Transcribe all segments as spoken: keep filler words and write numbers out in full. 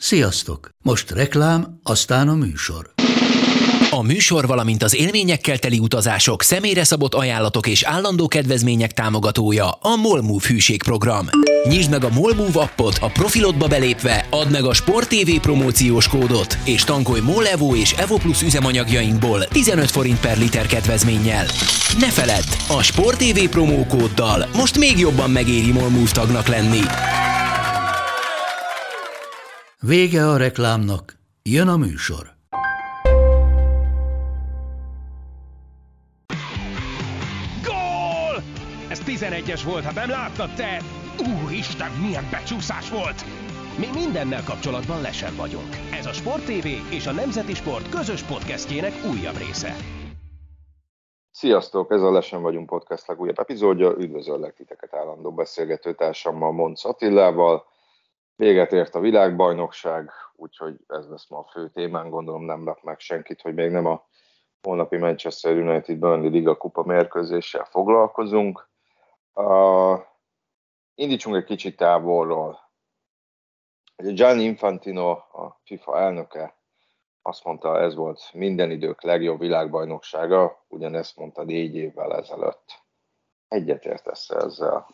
Sziasztok! Most reklám, aztán a műsor. A műsor, valamint az élményekkel teli utazások, személyre szabott ajánlatok és állandó kedvezmények támogatója a MOLMOVE hűségprogram. Nyisd meg a MOLMOVE appot, a profilodba belépve add meg a Sport té vé promóciós kódot, és tankolj MOL Evo és Evo Plus üzemanyagjainkból tizenöt forint per liter kedvezménnyel. Ne feledd, a Sport té vé promókóddal most még jobban megéri MOLMOVE tagnak lenni. Vége a reklámnak, jön a műsor. Gól! Ez tizenegyes volt, ha nem láttad te! Úristen, milyen becsúszás volt! Mi mindennel kapcsolatban lesen vagyunk. Ez a Sport té vé és a Nemzeti Sport közös podcastjének újabb része. Sziasztok, ez a Lesen vagyunk podcast legújabb epizódja. Üdvözöllek titeket állandó beszélgető társammal, Monc Attilával. Véget ért a világbajnokság, úgyhogy ez lesz ma a fő témán. Gondolom nem lep meg senkit, hogy még nem a holnapi Manchester United Burnley Liga kupa mérkőzéssel foglalkozunk. Uh, indítsunk egy kicsit távolról. Gianni Infantino, a FIFA elnöke, azt mondta, ez volt minden idők legjobb világbajnoksága, ugyanezt mondta négy évvel ezelőtt. Egyetértesz ezzel?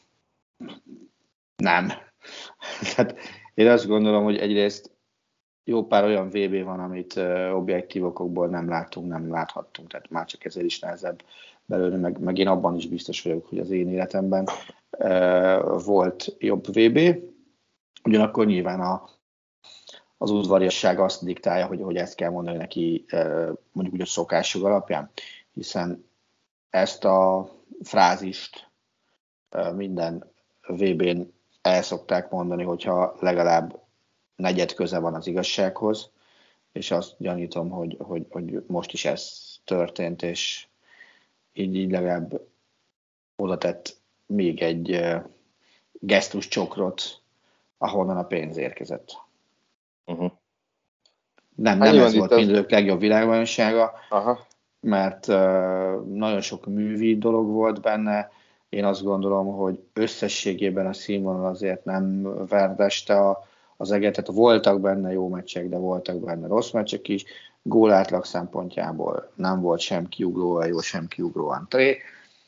Nem. Hát én azt gondolom, hogy egyrészt jó pár olyan vé bé van, amit uh, objektív okokból nem láttunk, nem láthattunk, tehát már csak ezért is nehezebb belőle, meg, meg én abban is biztos vagyok, hogy az én életemben uh, volt jobb vé bé, ugyanakkor nyilván a, az udvariasság azt diktálja, hogy, hogy ezt kell mondani neki uh, mondjuk úgy a szokások alapján, hiszen ezt a frázist uh, minden vé bén el szokták mondani, hogyha legalább negyed köze van az igazsághoz, és azt gyanítom, hogy, hogy, hogy most is ez történt, és így, így legalább oda tett még egy uh, gesztus csokrot, ahonnan a pénz érkezett. Uh-huh. Nem, nem ez volt mindők legjobb világbajnoksága, uh-huh. mert uh, nagyon sok művi dolog volt benne. Én azt gondolom, hogy összességében a színvonal azért nem verdeste a, az eget, tehát voltak benne jó meccsek, de voltak benne rossz meccsek is. Gólátlag szempontjából nem volt sem kiugróan jó, sem kiugróan tré.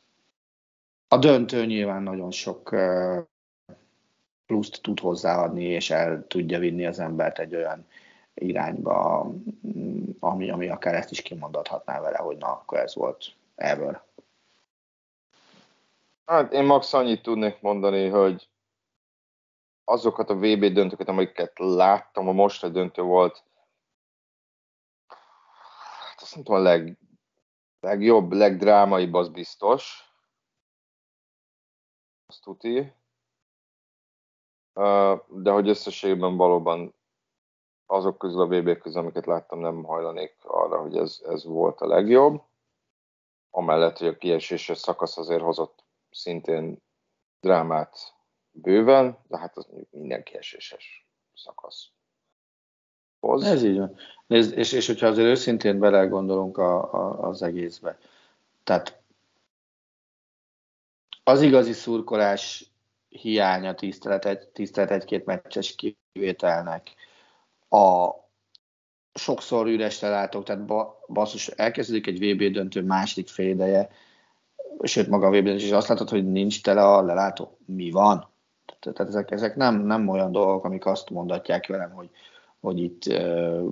A döntő nyilván nagyon sok uh, pluszt tud hozzáadni, és el tudja vinni az embert egy olyan irányba, ami, ami akár ezt is kimondathatná vele, hogy na, akkor ez volt ever. Hát én max annyit tudnék mondani, hogy azokat a vé bé döntőket, amiket láttam, a mostani döntő volt, hát azt nem tudom, a leg, legjobb, legdrámaibb az biztos. Azt tuti. De hogy összességében valóban azok közül a vé bé közül, amiket láttam, nem hajlanék arra, hogy ez, ez volt a legjobb. Amellett, hogy a kieséses szakasz azért hozott szintén drámát bőven, de hát az minden kieséses szakasz hoz. Ez így van. Nézd, és, és hogyha azért őszintén belegondolunk a, a, az egészbe, tehát az igazi szurkolás hiánya, tisztelet, egy, tisztelet egy-két meccses kivételnek, a sokszor üres lelátók, tehát basszus, elkezdődik egy vé bé döntő második félideje, sőt maga a vé bé döntő, és azt látod, hogy nincs tele a lelátó. Mi van? Tehát ezek, ezek nem, nem olyan dolgok, amik azt mondatják velem, hogy, hogy itt uh,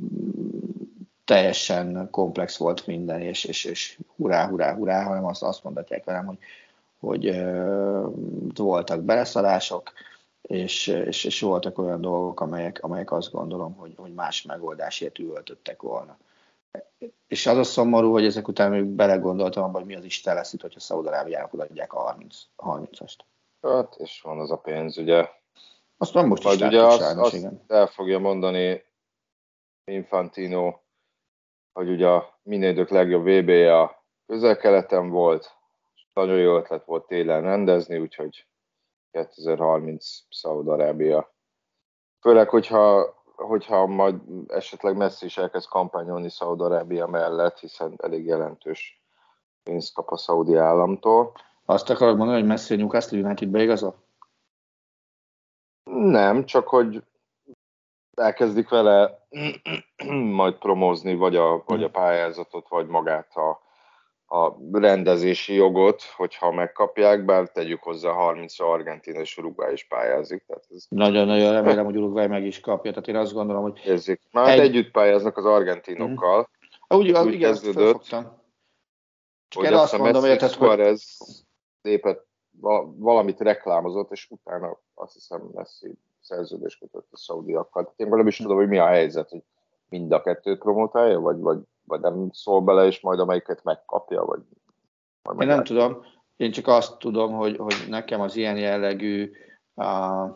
teljesen komplex volt minden, és, és, és hurrá, hurrá, hurrá, hanem azt, azt mondatják velem, hogy, hogy uh, voltak beleszalások, és, és, és voltak olyan dolgok, amelyek, amelyek azt gondolom, hogy, hogy más megoldásért üvöltöttek volna. És az a szomorú, hogy ezek után még belegondoltam abban, hogy mi az Isten lesz itt, hogyha Szaúd-Arábiának odaadják a harmincast. Hát, és van az a pénz, ugye. Azt nem most is ugye látjuk, azt, sajnos, azt igen. el fogja mondani Infantino, hogy ugye minden idők legjobb vé bé-je a Közel-Keleten volt, és nagyon jó ötlet volt télen rendezni, úgyhogy kétezer-harminc Szaúd-Arábia. Főleg, hogyha, hogyha majd esetleg Messi is elkezd kampányolni Szaúd-Arábia mellett, hiszen elég jelentős pénzt kap a szaudi államtól. Azt akarod mondani, hogy Messi a Newcastle United beigazol? Nem, csak hogy elkezdik vele majd promózni vagy a, vagy a pályázatot, vagy magát a, a rendezési jogot, hogyha megkapják, bár tegyük hozzá harminc Argentína és Uruguay is pályázik. Tehát ez Nagyon-nagyon remélem, hogy Uruguay meg is kapja. Tehát én azt gondolom, hogy... Érzik. Már egy... együtt pályáznak az argentinokkal. Uh-huh. Úgy, úgy igen, kezdődött, csak én azt mondom, érted, hogy... Ez lépett, valamit reklámozott, és utána azt hiszem Messi szerződést kötött a szaudiakkal. Tehát én nem is tudom, hogy mi a helyzet, hogy mind a kettőt promotálja, vagy, vagy, vagy nem szól bele, és majd amelyiket megkapja, vagy... Én nem tudom. Én csak azt tudom, hogy, hogy nekem az ilyen jellegű uh,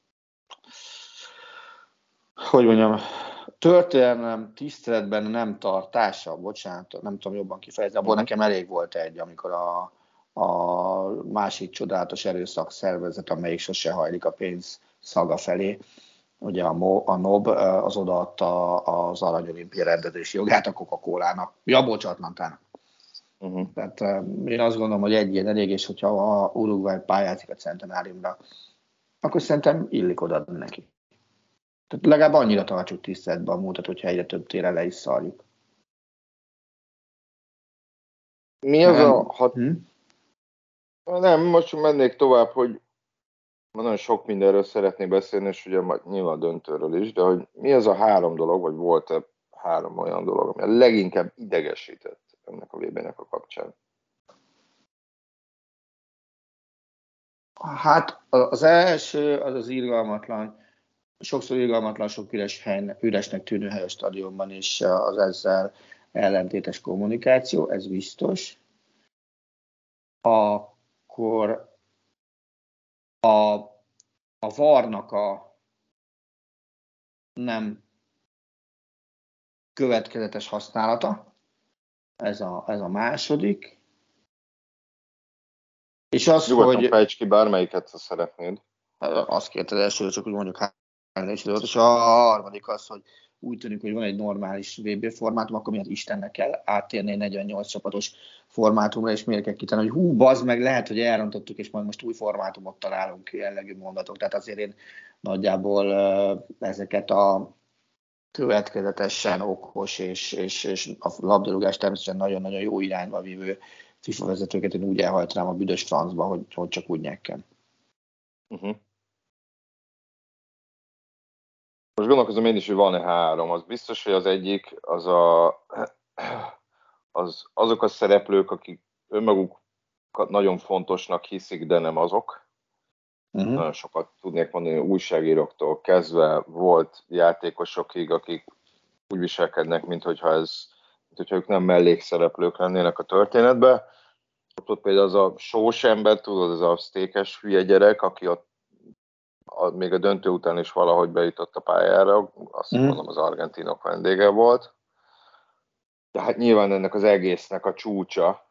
hogy mondjam, történelem tiszteletben nem tartása, bocsánat, nem tudom jobban kifejezni, abból nekem elég volt egy, amikor a, a másik csodálatos erőszak szervezet, amelyik sose hajlik a pénz szaga felé, ugye a, Mo, a NOB, az odaadta az aranyolimpia rendezési jogát a Coca-Colának, ja, bocsánat, Atlantának. Uh-huh. Tehát uh, én azt gondolom, hogy egy ilyen elég, és hogyha a Uruguay pályázik a Centenáriumra, akkor szerintem illik odaadni neki. Tehát legalább annyira tartsuk tiszteletben a múltat, hogyha egyre több téren le is szarjuk. Mi az nem. a... Hat... Hm? Nem, most mennék tovább, hogy nagyon sok mindenről szeretnék beszélni, és ugye nyilván a döntőről is, de hogy mi az a három dolog, vagy volt-e három olyan dolog, ami a leginkább idegesített ennek a vé bének a kapcsán? Hát az első, az az irgalmatlan, sokszor irgalmatlan, sok üres helyen, üresnek tűnő hely a stadionban, és az ezzel ellentétes kommunikáció, ez biztos. Akkor a, a varnak a nem következetes használata, ez a, ez a második. És az, Nyugodtan hogy... fejtsd ki bármelyiket, ha szeretnéd. Azt kérted első, csak úgy mondjuk három és és a harmadik az, hogy úgy tűnik, hogy van egy normális vé bé formátum, akkor miért Istennek kell áttérni egy negyvennyolc csapatos formátumra, és miért kell kitenni, hogy hú, bazd meg, lehet, hogy elrontottuk, és majd most új formátumot találunk jellegű mondatok. Tehát azért én nagyjából ezeket a következetesen okos, és, és, és a labdarúgás természetesen nagyon-nagyon jó irányba vívő FIFA vezetőket én úgy elhajtanám a büdös francba, hogy, hogy csak úgy nyekkem. Uh-huh. Most gondolkozom én is, hogy van-e három. Az biztos, hogy az egyik az a, az, azok a szereplők, akik önmagukat nagyon fontosnak hiszik, de nem azok. Uh-huh. Nagyon sokat tudnék mondani, újságíróktól kezdve volt játékosokig, akik úgy viselkednek, mintha ez, mintha ők nem mellékszereplők lennének a történetben. Ott, ott például az a sós ember, tudod, az a sztékes hülye gyerek, aki ott a, még a döntő után is valahogy bejutott a pályára, azt mm. mondom, az argentinok vendége volt. De hát nyilván ennek az egésznek a csúcsa,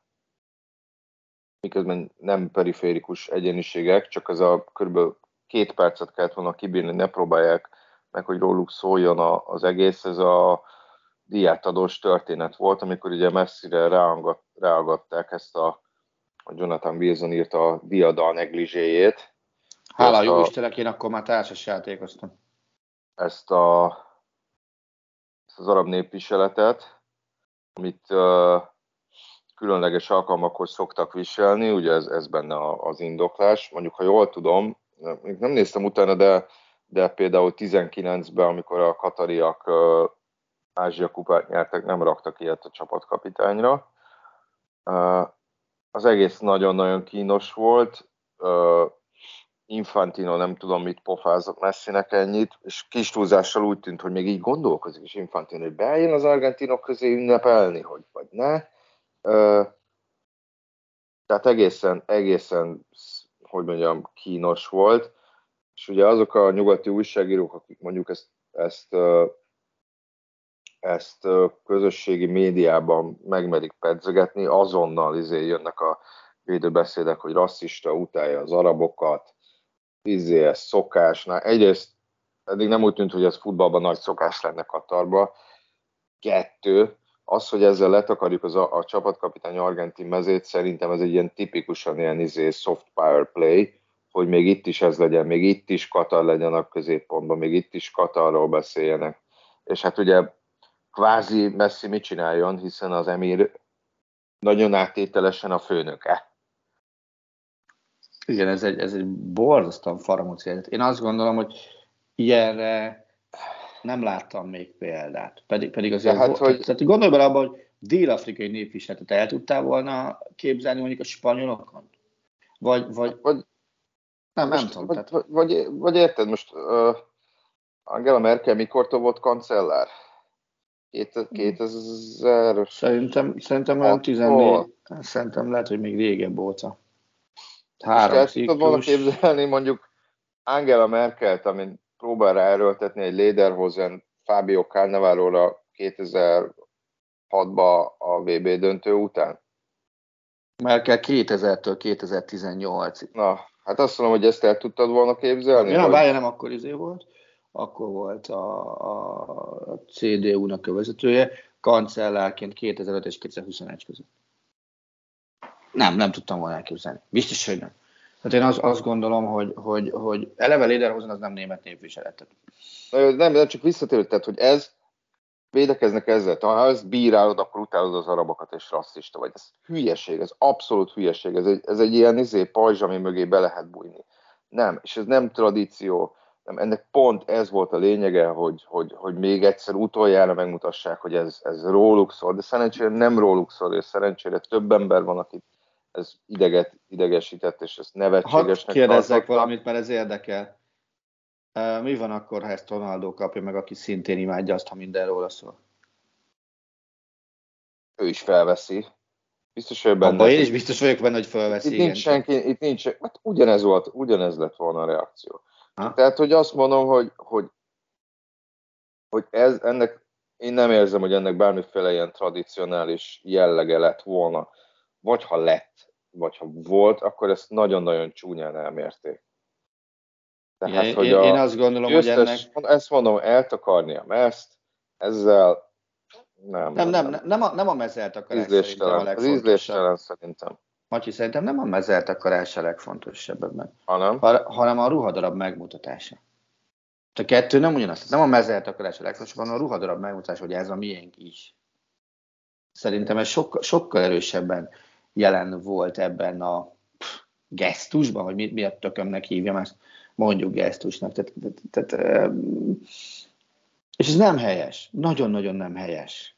miközben nem periférikus egyéniségek, csak az a körülbelül két percet kellett volna kibírni, ne próbálják meg, hogy róluk szóljon a, az egész, ez a díjátadós történet volt, amikor ugye Messire ráagadták ezt a, a Jonathan Wilson írta a diadal negligéjét. Hála a jó Istenek, én akkor már társas játékoztam. Ezt, a, ezt az arab népviseletet, amit uh, különleges alkalmakkor szoktak viselni, ugye ez, ez benne az indoklás. Mondjuk, ha jól tudom, nem néztem utána, de, de például tizenkilencben, amikor a katariak uh, Ázsia kupát nyertek, nem raktak ilyet a csapatkapitányra. Uh, az egész nagyon-nagyon kínos volt. Uh, Infantino nem tudom mit pofázott Messinek ennyit, és kis túlzással úgy tűnt, hogy még így gondolkozik is Infantino, hogy bejön az argentinok közé ünnepelni, hogy vagy ne. Uh, tehát egészen, egészen, hogy mondjam, kínos volt. És ugye azok a nyugati újságírók, akik mondjuk ezt, ezt, uh, ezt uh, közösségi médiában megmerik pedzegetni, azonnal izé jönnek a védőbeszédek, hogy rasszista, utálja az arabokat, izé, ez szokás. Na, egyrészt eddig nem úgy tűnt, hogy ez futballban nagy szokás lenne Katarban. Kettő, az, hogy ezzel letakarjuk az a, a csapatkapitány argentin mezét, szerintem ez egy ilyen tipikusan ilyen izé, soft power play, hogy még itt is ez legyen, még itt is Katar legyen a középpontban, még itt is Katarról beszéljenek. És hát ugye kvázi Messi mit csináljon, hiszen az emír nagyon áttételesen a főnöke. Igen, ez egy, ez egy borzasztóan faramúci helyzet. Én azt gondolom, hogy ilyenre nem láttam még példát. Pedig, pedig azért hát, volt. hogy... Tehát gondolj bele abba, hogy dél-afrikai népviseletet el tudtál volna képzelni mondjuk a spanyolokon? Vagy, vagy... vagy nem, most, nem tudom. Vagy, tehát... vagy, vagy, vagy érted, most uh, Angela Merkel mikortól volt kancellár? kétezer... Szerintem, szerintem olyan tizennégy, szerintem lehet, hogy még régebb óta. Három most el tudod volna képzelni mondjuk Angela Merkelt, amin próbál ráerőltetni egy Lederhosen Fabio Cannavaro-ra kétezer-hatban a vé bé döntő után? Merkel kétezertől kétezer-tizennyolcig. Na, hát azt mondom, hogy ezt el tudtad volna képzelni? Ja, vagy... bárja nem akkor izé volt, akkor volt a, a cé dé u-nak a vezetője, kancellárként kétezer-öt és kétezer-huszonegy között. Nem, nem tudtam volna elképzelni. Biztos, hogy nem. Tehát én azt, azt gondolom, hogy, hogy, hogy eleve Lederhosen az nem német népviselet. Nem, nem, csak visszatérő, tehát, hogy ez, védekeznek ezzel. Ha ezt bírálod, akkor utálod az arabokat és rasszista vagy. Ez hülyeség, ez abszolút hülyeség. Ez egy, ez egy ilyen izé, pajzs, ami mögé be lehet bújni. Nem, és ez nem tradíció. Nem, ennek pont ez volt a lényege, hogy, hogy, hogy még egyszer utoljára megmutassák, hogy ez, ez róluk szól, de szerencsére nem róluk szól, és szerencsére több ember van, akit ez ideget, idegesített, és ezt nevetségesnek Hadd kérdezzek valamit, mert ez érdekel. Mi van akkor, ha ezt Ronaldo kapja meg, aki szintén imádja azt, ha minden róla szól? Ő is felveszi. Biztos, hogy benne. Abba én is biztos vagyok benne, hogy felveszi. Itt igen. nincs senki, itt nincs, hát ugyanez volt, ugyanez lett volna a reakció. Ha? Tehát, hogy azt mondom, hogy, hogy, hogy ez, ennek, én nem érzem, hogy ennek bármiféle ilyen tradicionális jellege lett volna. Vagy ha lett, vagy ha volt, akkor ezt nagyon-nagyon csúnyán elmérték. Tehát, én, hogy én, a én azt gondolom, győztes, hogy ennek... Ezt mondom, eltakarnia ezt, ezzel nem. Nem, nem, nem, nem, a, nem a mezeltakarás szerintem a legfontosabb. Az ízléstelen szerintem. Matyi, szerintem nem a mezeltakarás a legfontosabb ebben. Hanem? Hanem a ruhadarab megmutatása. A kettő nem ugyanaz. Nem a mezeltakarás a legfontosabb, hanem a ruhadarab megmutatása, hogy ez a miénk is. Szerintem ez sokkal, sokkal erősebben jelen volt ebben a pff, gesztusban, vagy mi, mi a tökömnek hívjam ezt, mondjuk gesztusnak. Tehát, tehát, tehát, és ez nem helyes. Nagyon-nagyon nem helyes.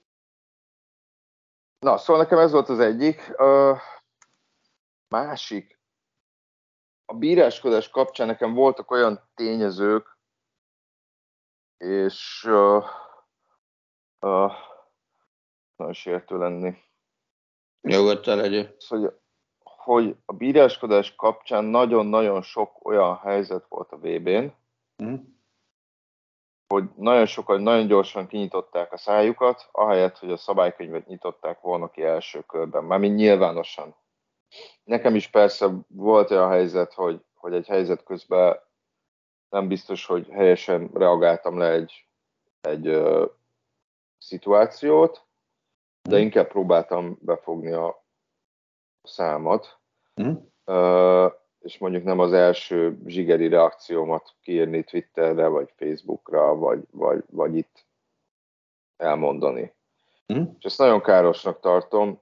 Na, szóval nekem ez volt az egyik. Uh, másik. A bíráskodás kapcsán nekem voltak olyan tényezők, és uh, uh, nagyon sértő lenni. Nyugodtan legyél. Szóval, hogy a bíráskodás kapcsán nagyon-nagyon sok olyan helyzet volt a vé bén, mm. hogy nagyon sokan, nagyon gyorsan kinyitották a szájukat, ahelyett, hogy a szabálykönyvet nyitották volna ki első körben, mármint nyilvánosan. Nekem is persze volt olyan helyzet, hogy, hogy egy helyzet közben nem biztos, hogy helyesen reagáltam le egy, egy uh, szituációt, de inkább próbáltam befogni a számat, mm. uh, és mondjuk nem az első zsigeri reakciómat kiírni Twitterre, vagy Facebookra, vagy, vagy, vagy itt elmondani. Mm. És ezt nagyon károsnak tartom,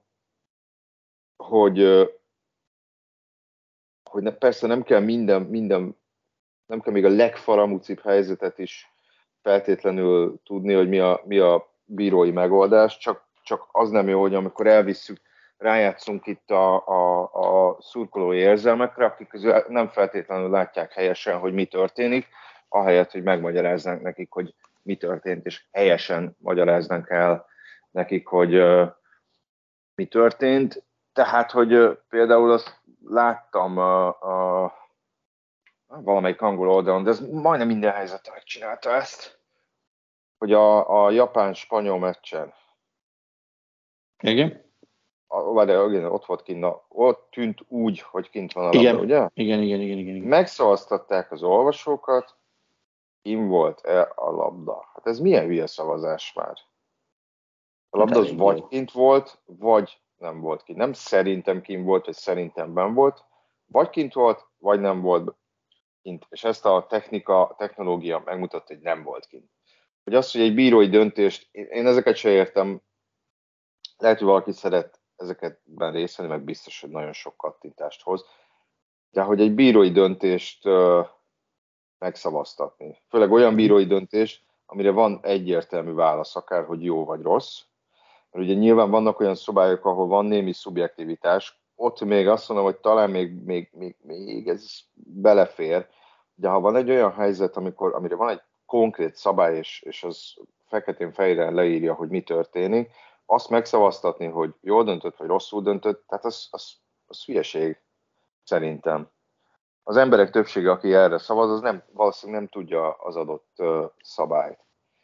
hogy, hogy ne, persze nem kell minden, minden, nem kell még a legfaramucibb helyzetet is feltétlenül tudni, hogy mi a, mi a bírói megoldás, csak, csak az nem jó, hogy amikor elvisszük, rájátszunk itt a, a, a szurkolói érzelmekre, akik közül nem feltétlenül látják helyesen, hogy mi történik, ahelyett, hogy megmagyaráznánk nekik, hogy mi történt, és helyesen magyaráznánk el nekik, hogy uh, mi történt. Tehát, hogy uh, például azt láttam uh, uh, valamelyik angol oldalon, de ez majdnem minden helyzetre megcsinálta ezt, hogy a, a japán-spanyol meccsen. Igen? Várj, igen, ott volt kint, ott tűnt úgy, hogy kint van a labda, igen. Ugye? Igen, igen, igen, igen, igen. Megszavaztatták az olvasókat, kint volt-e a labda. Hát ez milyen hülye szavazás már? A labda az vagy kint volt, vagy nem volt kint. Nem szerintem kint volt, vagy szerintem benn volt, vagy kint volt, vagy nem volt kint. És ezt a technika, technológia megmutatta, hogy nem volt kint. Hogy az, hogy egy bírói döntést, én ezeket se értem, lehet, hogy valaki szeret ezeketben részt venni, meg biztos, hogy nagyon sok kattintást hoz, de hogy egy bírói döntést uh, megszavaztatni, főleg olyan bírói döntést, amire van egyértelmű válasz, akár hogy jó vagy rossz, mert ugye nyilván vannak olyan szabályok, ahol van némi szubjektivitás, ott még azt mondom, hogy talán még, még, még, még ez belefér, de ha van egy olyan helyzet, amikor, amire van egy konkrét szabály, és, és az feketén-fejre leírja, hogy mi történik, azt megszavaztatni, hogy jól döntött, vagy rosszul döntött, tehát az, az, az hülyeség szerintem. Az emberek többsége, aki erre szavaz, az nem, valószínűleg nem tudja az adott uh, szabályt.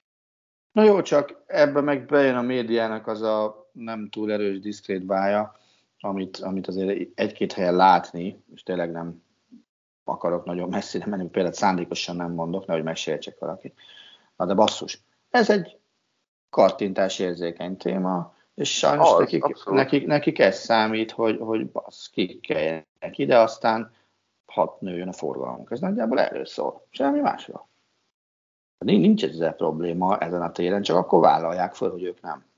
Na jó, csak ebben meg bejön a médiának az a nem túl erős diszkrét bája, amit, amit azért egy-két helyen látni, és tényleg nem akarok nagyon messzire menni, például szándékosan nem mondok, nehogy megsértsek valakit. Na de basszus, ez egy kattintás érzékeny téma, és sajnos az, nekik, nekik, nekik ez számít, hogy, hogy bassz, kikkeljenek ide, aztán hat nőjön a forgalmunk. Ez nagyjából erről szól, semmi másról. Nincs ezzel probléma ezen a téren, csak akkor vállalják fel, hogy ők nem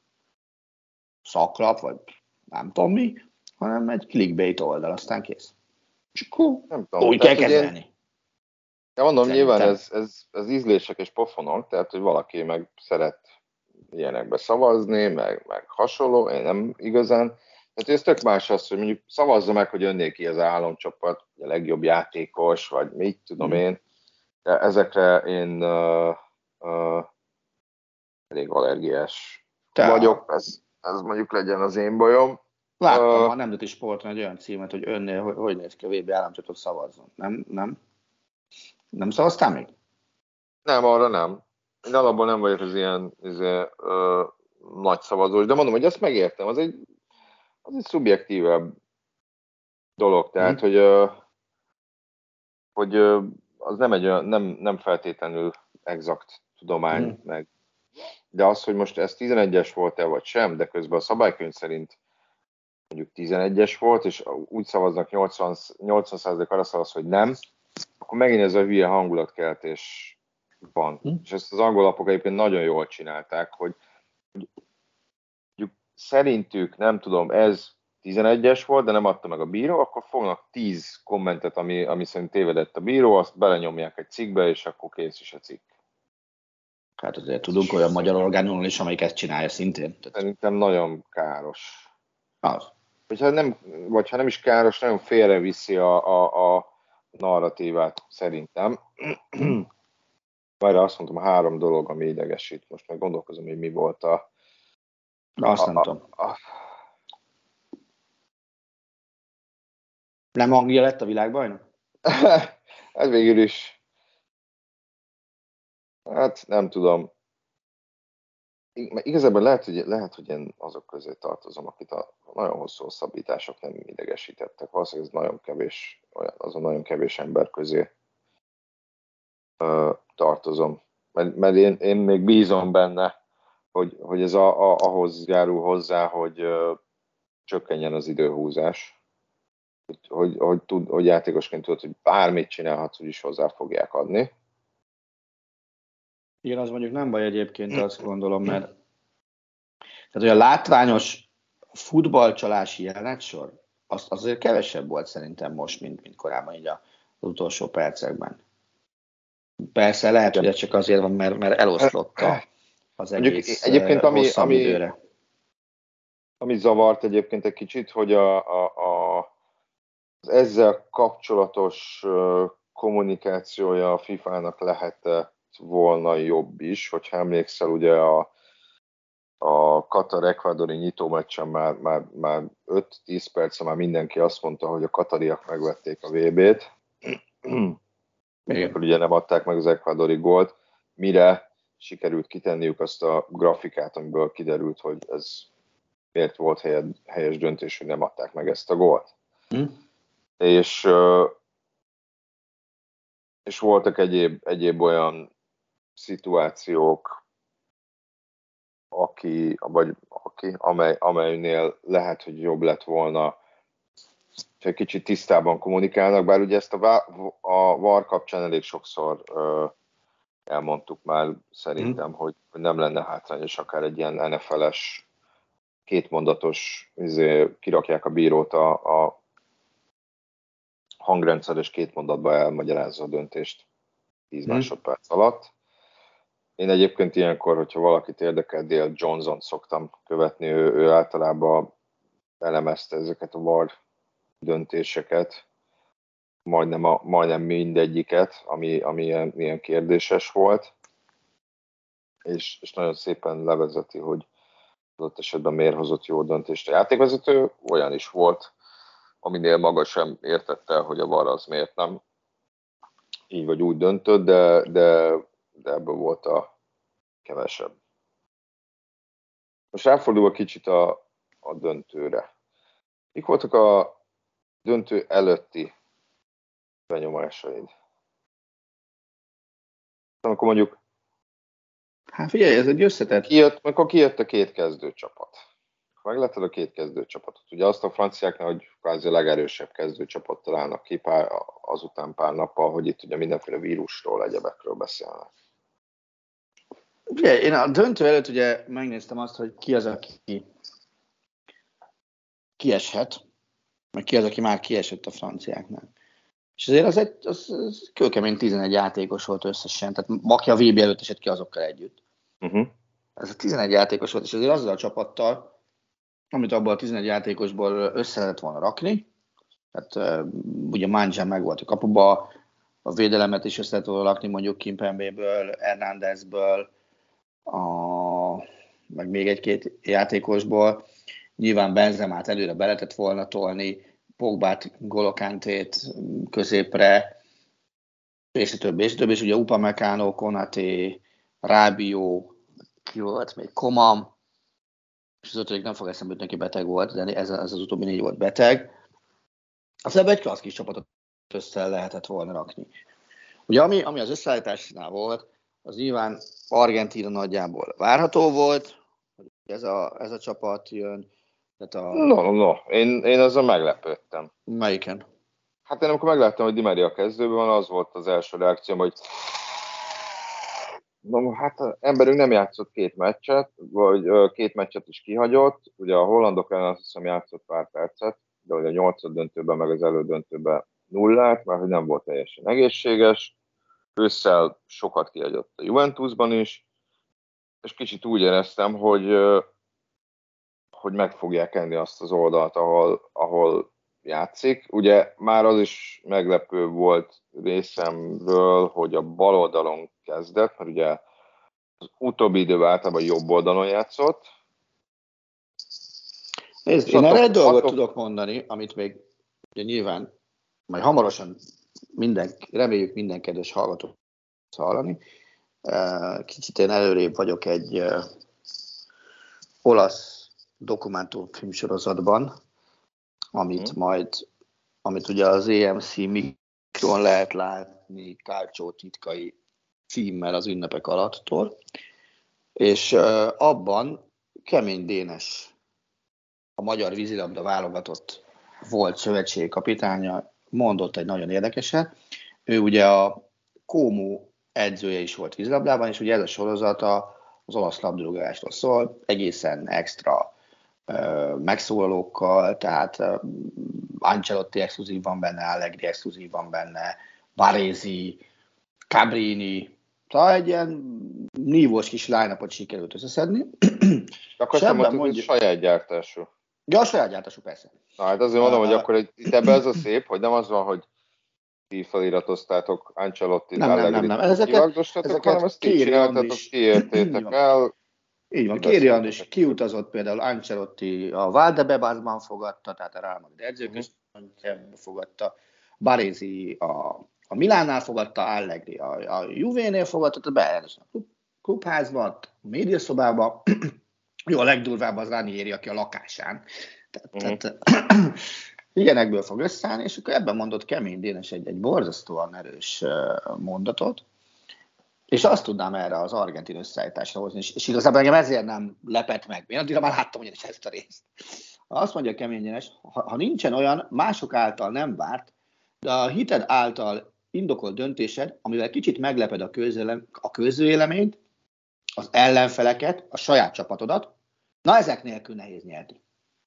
szaklap, vagy nem tudom mi, hanem egy clickbait oldal, aztán kész. És akkor nem tudom, úgy kell kezelni. Én, ja, mondom, Szerintem. nyilván ez, ez, ez ízlések és pofonok, tehát hogy valaki meg szeret ilyenekbe szavazni, meg, meg hasonló, én nem igazán. Tehát ez tök más az, hogy mondjuk szavazza meg, hogy jönnék ki az államcsapat, a legjobb játékos, vagy mit tudom hmm. én. De ezekre én uh, uh, elég allergiás Te vagyok, ez, ez mondjuk legyen az én bajom. Láttam uh, a Nemzeti Sporton egy olyan címet, hogy önnél hogy, hogy néz ki a vé bé államcsapat szavazzon. Nem, nem? Nem szavaztál még? Nem, arra nem. Én alapból nem vagyok az ilyen izé, uh, nagy szavazós, de mondom, hogy ezt megértem, az egy, az egy szubjektívebb dolog, tehát, hmm. hogy, uh, hogy uh, az nem, egy olyan, nem, nem feltétlenül exakt tudomány, hmm. meg. De az, hogy most ez tizenegyes volt-e vagy sem, de közben a szabálykönyv szerint mondjuk tizenegyes volt, és úgy szavaznak nyolcvan százalék arra szavaz, hogy nem, akkor megint ez a hülye hangulatkeltés van. Hmm. És ezt az angol lapok egyébként nagyon jól csinálták, hogy, hogy szerintük, nem tudom, ez tizenegyes volt, de nem adta meg a bíró, akkor fognak tíz kommentet, ami, ami szerint tévedett a bíró, azt belenyomják egy cikkbe, és akkor kész is a cikk. Hát azért tudunk olyan magyar orgánumról is, amelyik ezt csinálja szintén. Szerintem nagyon káros. Az. Vagy ha nem, vagy ha nem is káros, nagyon félreviszi a, a, a narratívát szerintem. Majd azt mondtam, a három dolog, ami idegesít. Most meg gondolkozom, hogy mi volt a... Azt a, nem a, tudom. A, a... Nem Anglia lett a világbajnok? Hát végül is. Hát nem tudom. Igazából lehet, hogy, lehet, hogy én azok közé tartozom, akit a nagyon hosszú hosszabbítások nem idegesítettek. Valószínűleg ez nagyon kevés, azon nagyon kevés ember közé uh, tartozom. Mert, mert én, én még bízom benne, hogy, hogy ez a, a, ahhoz járul hozzá, hogy uh, csökkenjen az időhúzás. Hogy, hogy, hogy, tud, hogy játékosként tudod, hogy bármit csinálhatsz, úgyis hozzá fogják adni. Igen, az mondjuk nem baj egyébként, azt gondolom, mert tehát, hogy a látványos futballcsalási jelenetsor, az azért kevesebb volt szerintem most, mint, mint korábban így az utolsó percekben. Persze lehet, hogy ez csak azért van, mert, mert eloszlotta az egész egyébként, ami, hosszabb ami, időre. Ami zavart egyébként egy kicsit, hogy a, a, a, az ezzel kapcsolatos kommunikációja a fifának lehetett volna jobb is, hogyha emlékszel, ugye a, a Katar-Ekvádori nyitómeccsen már, már, már öt-tíz perc, már mindenki azt mondta, hogy a katariak megvették a vé bét. Akkor ugye nem adták meg az ekvádori gólt, mire sikerült kitenniük azt a grafikát, amiből kiderült, hogy ez miért volt helyes döntés, hogy nem adták meg ezt a gólt. Hm. És, és voltak egyéb, egyéb olyan szituációk, aki, vagy aki, amely, amelynél lehet, hogy jobb lett volna egy kicsit tisztában kommunikálnak, bár ugye ezt a, vá- a VAR kapcsán elég sokszor ö, elmondtuk már szerintem, mm. hogy nem lenne hátrányos akár egy ilyen en ef el-es kétmondatos, izé, kirakják a bírót a, a hangrendszeres két mondatba elmagyarázza a döntést tíz mm. másodperc alatt. Én egyébként ilyenkor, hogyha valakit érdekel, Dale Johnson szoktam követni, ő, ő általában elemezte ezeket a VAR döntéseket, majdnem, a, majdnem mindegyiket, ami, ami ilyen, ilyen kérdéses volt, és, és nagyon szépen levezeti, hogy adott esetben miért hozott jó döntést. A játékvezető olyan is volt, aminél maga sem értette, hogy a VAR az miért nem így vagy úgy döntött, de, de, de ebből volt a kevesebb. Most ráfordulva kicsit a, a döntőre. Mik voltak a döntő előtti benyomásaid? Amikor mondjuk hát figyelj, ez egy összetett. Kijött, amikor kijött a két kezdőcsapat. Megláttad a két kezdőcsapatot. Ugye azt a franciáknál, hogy kvázi a legerősebb kezdőcsapat találnak ki pár, azután pár nappal, hogy itt ugye mindenféle vírusról, egyebekről beszélnek. Ugye, én a döntő előtt ugye megnéztem azt, hogy ki az, aki kieshet, meg ki az, aki már kiesett a franciáknál. És azért az egy az, az kőkemény tizenegy játékos volt összesen, tehát aki a vé bé előtt esett ki azokkal együtt. Uh-huh. Ez a tizenegy játékos volt, és azért azzal a csapattal, amit abból a tizenegy játékosból össze lehetett volna rakni, tehát uh, ugye Mandzsán meg volt a kapuba, a védelemet is össze lehetett volna rakni, mondjuk Kimpembéből, Hernándezből, a, meg még egy-két játékosból. Nyilván Benzemát előre be lehetett volna tolni, Pogbát, N'Golo Kanté-t középre, és a többi, és a többi, és ugye Upamecano, Konaté, Rabiot, ki volt még, Coman, és az ötödik nem fog eszembe jutni, aki beteg volt, de ez, ez az utóbbi négy volt beteg. Aztán egy klassz kis csapatot össze lehetett volna rakni. Ugye ami, ami az összeállításnál volt, az nyilván Argentína nagyjából várható volt, hogy ez a, ez a csapat jön. Tehát a... No, no, no. Én, én ezzel meglepődtem. Melyiken? Hát én amikor megláttam, hogy Di Maria kezdőben van, az volt az első reakcióm, hogy no, hát az emberünk nem játszott két meccset, vagy két meccset is kihagyott. Ugye a hollandok ellen azt hiszem játszott pár percet, de ugye a nyolcad döntőben, meg az elődöntőben nullát, mert hogy nem volt teljesen egészséges. Ősszel sokat kihagyott a Juventusban is, és kicsit úgy éreztem, hogy, hogy meg fogják enni azt az oldalt, ahol, ahol játszik. Ugye már az is meglepő volt részemről, hogy a bal oldalon kezdett, mert ugye az utóbbi időben általában jobb oldalon játszott. Nézd, én erre egy dolgot tudok mondani, amit még ugye nyilván majd hamarosan minden, reméljük minden kedves hallgató hallani. Kicsit én előrébb vagyok egy uh, olasz dokumentumfilm sorozatban, amit hmm. majd, amit ugye az á em cé Mikron lehet látni Calcio titkai címmel az ünnepek alattól, és uh, abban Kemény Dénes, a magyar vízilabda válogatott volt szövetségi kapitánya, mondott egy nagyon érdekeset. Ő ugye a Como edzője is volt vízilabdában, és ugye ez a sorozat az olasz labdarúgásról szól, egészen extra uh, megszólalókkal, tehát uh, Ancelotti exkluzív van benne, Allegri exkluzív van benne, Baresi, Cabrini, tehát egy ilyen nívós kis line-upot sikerült összeszedni. Akkor azt mondtad, hogy saját gyártású. Ja, a saját gyártású, persze. Na hát azért mondom, uh, hogy akkor egy, itt ebben ez a szép, hogy nem az van, hogy ti feliratoztátok Ancelottit, nem, nem, nem, nem. Ezeket, ezeket hanem ezt ti csináltatok, kiértétek el. Így van, Kéri Andris kiutazott például Ancelotti a Valdebebasban fogadta, tehát a Real Madrid edzőközpontjában fogadta, Baresi a, a Milánnál fogadta, Allegri a, a Juvénél fogadta, tehát be a klubházban, a médiaszobában, jó, a legdurvább az Ranieri, aki a lakásán. Tehát, mm. tehát ilyenekből fog összeállni, és akkor ebben mondott Kemény Dénes egy, egy borzasztóan erős mondatot, és azt tudnám erre az argentin összeállításra hozni, és, és igazából engem ezért nem lepett meg. Én addigra már láttam ugyanis ezt a részt. Azt mondja keményen, ha, ha nincsen olyan mások által nem várt, de a hited által indokolt döntésed, amivel kicsit megleped a, közélem, a közvéleményt, az ellenfeleket, a saját csapatodat, na ezek nélkül nehéz nyerni.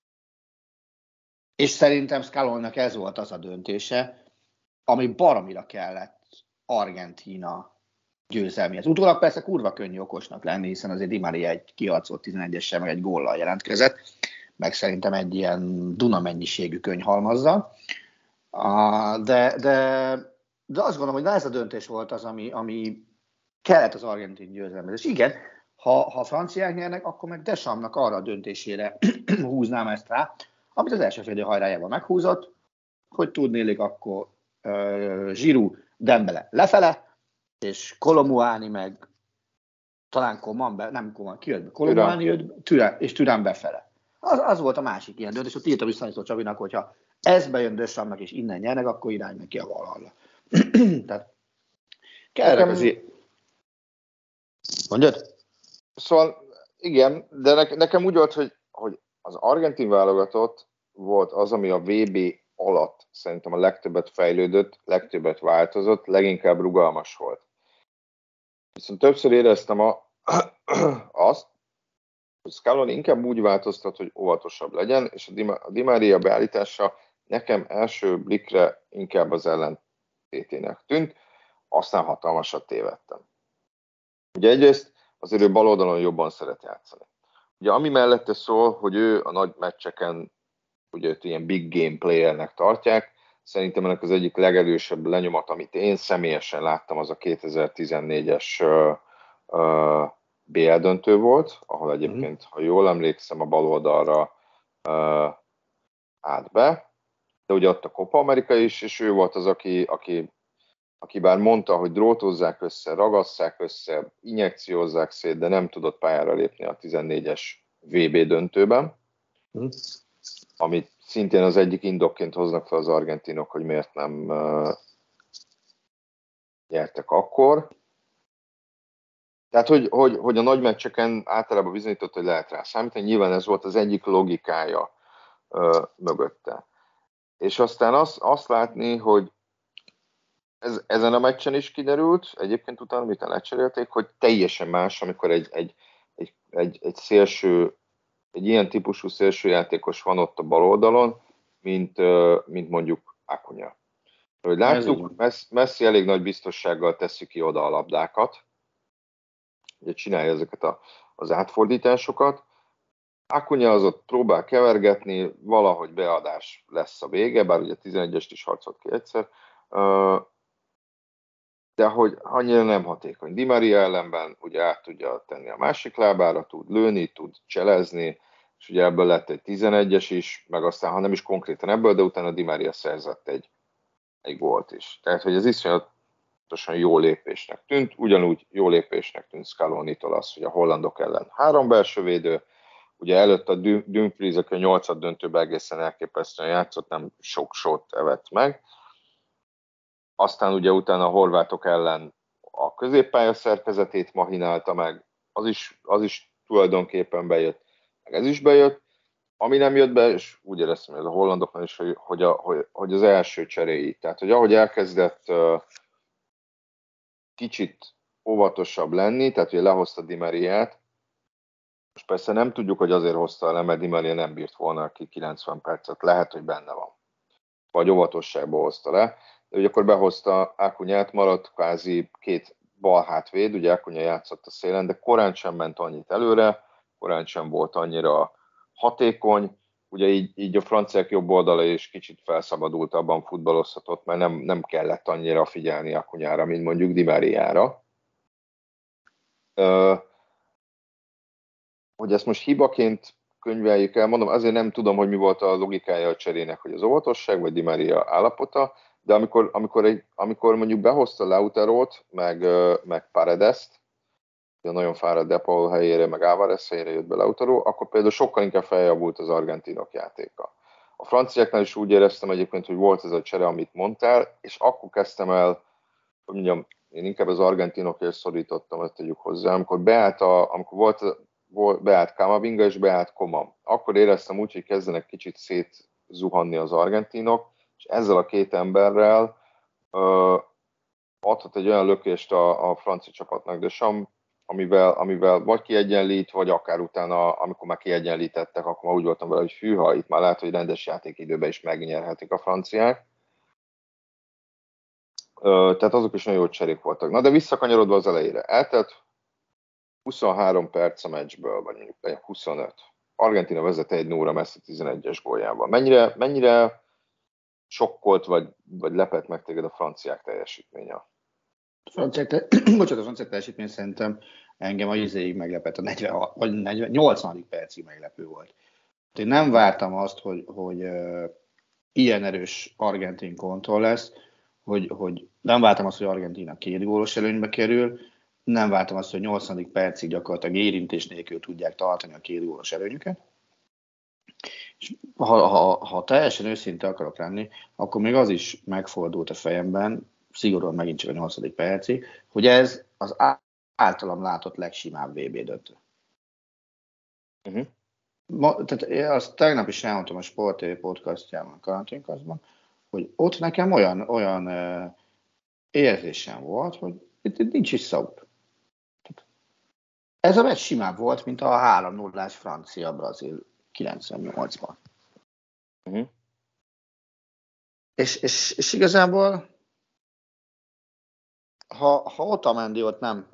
És szerintem Scaloninak ez volt az a döntése, ami baromira kellett Argentína győzelmihez. Utólag persze kurva könnyű okosnak lenni, hiszen azért Di Maria egy kiharcolt tizenegyessel, meg egy góllal jelentkezett, meg szerintem egy ilyen Duna mennyiségű könyvhalmazzal. De, de, de azt gondolom, hogy na ez a döntés volt az, ami, ami kellett az argentin győzelemhez. És igen, ha, ha a franciák nyernek, akkor meg Deschamps-nak arra a döntésére húznám ezt rá, amit az első fél idő hajrájában meghúzott, hogy tudnélik akkor uh, Giroud, Dembele lefele, és Kolomuani meg talán Coman, be, nem Coman, ki jött be? Kolomuani jött, Türán, és Türán befele. Az, az volt a másik ilyen döntés, ott írtam vissza Csabinak, hogyha ez bejön Deschamps-nak és innen nyernek, akkor irány neki a Valhalla. Tehát kellene azért... Mondjad? Szóval igen, de ne, nekem úgy volt, hogy, hogy az argentin válogatott volt az, ami a vé bé alatt szerintem a legtöbbet fejlődött, legtöbbet változott, leginkább rugalmas volt. Viszont többször éreztem a, azt, hogy Scaloni inkább úgy változtat, hogy óvatosabb legyen, és a Di, a Di Maria beállítása nekem első blikre inkább az ellentétének tűnt, aztán hatalmasat tévedtem. Ugye egyrészt azért ő bal oldalon jobban szeret játszani. Ugye ami mellette szól, hogy ő a nagy meccseken, ugye őt ilyen big game playernek tartják, szerintem ennek az egyik legerősebb lenyomat, amit én személyesen láttam, az a kétezer-tizennégyes uh, uh, bé el döntő volt, ahol egyébként, mm. ha jól emlékszem, a bal oldalra uh, állt be, de ugye ott a Copa America is, és ő volt az, aki, aki, aki bár mondta, hogy drótozzák össze, ragasszák össze, injekciózzák szét, de nem tudott pályára lépni a tizennégyes vé bé döntőben, mm. amit szintén az egyik indokként hoznak fel az argentinok, hogy miért nem uh, nyertek akkor. Tehát, hogy, hogy, hogy a nagy meccseken általában bizonyított, hogy lehet rá számítani. Nyilván ez volt az egyik logikája uh, mögötte. És aztán azt, azt látni, hogy ez, ezen a meccsen is kiderült, egyébként utána, miután lecserélték, hogy teljesen más, amikor egy, egy, egy, egy, egy szélső, egy ilyen típusú szélsőjátékos van ott a bal oldalon, mint, mint mondjuk Acuna. Hogy láttuk, Messi elég nagy biztossággal teszi ki oda a labdákat, ugye csinálja ezeket a, az átfordításokat. Acuna az ott próbál kevergetni, valahogy beadás lesz a vége, bár ugye tizenegyest is harcolt ki egyszer, de hogy annyira nem hatékony. Di Maria ellenben ugye át tudja tenni a másik lábára, tud lőni, tud cselezni, és ugye ebből lett egy tizenegyes is, meg aztán, ha nem is konkrétan ebből, de utána Di Maria szerzett egy, egy gólt is. Tehát, hogy ez iszonyatosan jó lépésnek tűnt, ugyanúgy jó lépésnek tűnt Scalonitól az, hogy a hollandok ellen három belső védő, ugye előtt a Dumfries, aki a nyolcad döntőben egészen elképesztően játszott, nem sok sót evett meg. Aztán ugye utána a horvátok ellen a középpálya szerkezetét mahinálta meg, az is, az is tulajdonképpen bejött, meg ez is bejött. Ami nem jött be, és úgy éreztem, hogy ez a hollandoknál is, hogy, hogy, a, hogy, hogy az első cseréi. Tehát, hogy ahogy elkezdett uh, kicsit óvatosabb lenni, tehát, hogy lehozta Di Mariát, most persze nem tudjuk, hogy azért hozta le, mert Di Maria nem bírt volna ki kilencven percet, lehet, hogy benne van. Vagy óvatosságból hozta le. De ugye akkor behozta Acunát, maradt kvázi két bal hátvéd, ugye Acuna játszott a szélen, de korán sem ment annyit előre, korán sem volt annyira hatékony, ugye így, így a franciák jobb oldala is kicsit felszabadultabban futballozhatott, mert nem, nem kellett annyira figyelni Acunára, mint mondjuk Di Mariára. Uh, hogy ezt most hibaként könyveljük el, mondom, azért nem tudom, hogy mi volt a logikája a cserének, hogy az óvatosság, vagy Di Maria állapota, de amikor, amikor, egy, amikor mondjuk behozta Lautarót, meg, meg Paredest, de nagyon fáradt De Paul helyére, meg Álvarez helyére jött be Lautaro, akkor például sokkal inkább feljavult az argentinok játéka. A franciáknál is úgy éreztem egyébként, hogy volt ez a csere, amit mondtál, és akkor kezdtem el, hogy mondjam, én inkább az argentinokért szorítottam, ezt tegyük hozzá, amikor beállt a, amikor volt, volt, beállt Camavinga és beállt Coman. Akkor éreztem úgy, hogy kezdenek kicsit szétzuhanni az argentinok, és ezzel a két emberrel uh, adhat egy olyan lökést a, a francia csapatnak, de sem, amivel, amivel vagy kiegyenlít, vagy akár utána, amikor már kiegyenlítettek, akkor már úgy voltam vele, hogy fűha, itt már lehet, hogy rendes játékidőben is megnyerhetik a franciák. Uh, tehát azok is nagyon jó cserék voltak. Na de visszakanyarodva az elejére. Eltelt huszonhárom perc a meccsből, vagy mondjuk huszonöt. Argentina vezet egy nulla Messi tizenegyes góljával. Mennyire, mennyire sokkolt, vagy, vagy lepett meg téged a franciák teljesítménye? A franciák, te... Bocsánat, a franciák teljesítmény szerintem engem a izéig meglepett, a negyven, vagy negyven, nyolcvadik percig meglepő volt. Én nem vártam azt, hogy, hogy uh, ilyen erős argentin kontroll lesz, hogy, hogy nem vártam azt, hogy Argentina két gólos előnybe kerül, nem vártam azt, hogy nyolcvadik percig gyakorlatilag érintés nélkül tudják tartani a két gólos előnyüket. És ha, ha, ha teljesen őszinte akarok lenni, akkor még az is megfordult a fejemben, szigorúan megint csak a nyolcadik percig, hogy ez az általam látott legsimább vé bé döntő. Uh-huh. Ma, tehát én azt tegnap is elmondtam a Sport té vé podcastjában, a karanténkaszban, hogy ott nekem olyan, olyan uh, érzésem volt, hogy itt, itt nincs is szabad. Ez a meccs simább volt, mint a három nullás Francia-Brazil kilencvennyolcban. Uh-huh. És, és, és igazából, ha, ha Otamendi ott nem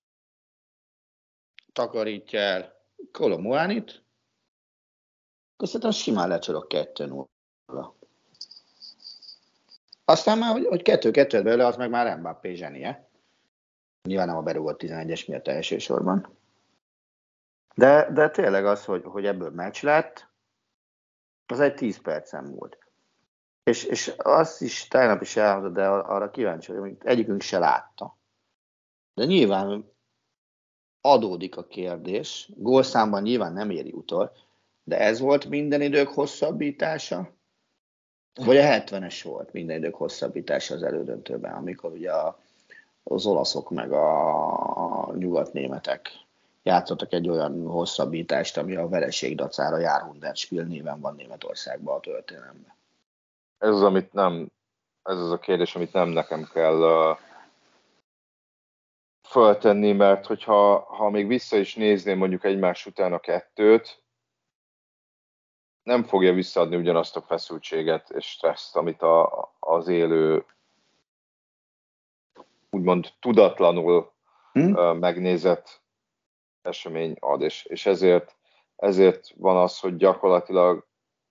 takarítja el Kolo Muanit, akkor szerintem simán lecsorog kettő nulla. Aztán már, hogy, hogy kettő-kettő belőle, az meg már Mbappé zsenie. Nyilván nem a berúgott tizenegyes miatt elsősorban. De, de tényleg az, hogy, hogy ebből meccs lett, az egy tíz percen volt. És, és azt is tegnap is elmondta, de arra kíváncsi vagyok, hogy egyikünk se látta. De nyilván adódik a kérdés, gólszámban nyilván nem éri utol, de ez volt minden idők hosszabbítása, vagy a hetvenes volt minden idők hosszabbítása az elődöntőben, amikor ugye a, az olaszok meg a nyugatnémetek játszottak egy olyan hosszabbítást, ami a vereség dacára Jahrhundertspiel néven van Németországban a történelemben. Ez az, amit nem, ez az a kérdés, amit nem nekem kell uh, föltenni, mert hogyha ha még vissza is nézném mondjuk egymás után a kettőt, nem fogja visszaadni ugyanazt a feszültséget és stresszt, amit a, az élő úgymond tudatlanul hmm? uh, megnézett esemény ad, és, és ezért, ezért van az, hogy gyakorlatilag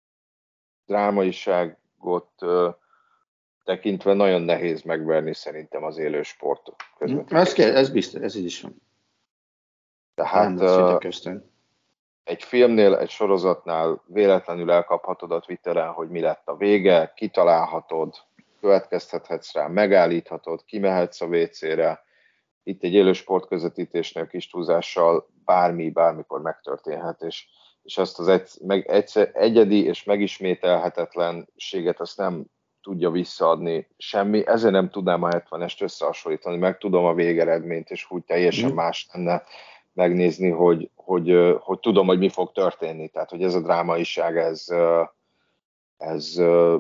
drámaiságot uh, tekintve nagyon nehéz megverni szerintem az élő sportot. Ez, ez biztos, ez így is van. Tehát uh, egy filmnél, egy sorozatnál véletlenül elkaphatod a Twitteren, hogy mi lett a vége, kitalálhatod, következtethetsz rá, megállíthatod, kimehetsz a vécére. Itt egy élő sportközvetítésnél kis túlzással bármi, bármikor megtörténhet, és, és azt az egy, meg, egyszer, egyedi és megismételhetetlenséget azt nem tudja visszaadni semmi. Ezért nem tudnám a hetvenest összehasonlítani, meg tudom a végeredményt, és úgy teljesen mm. más lenne megnézni, hogy, hogy, hogy tudom, hogy mi fog történni. Tehát, hogy ez a drámaiság, ez, ez,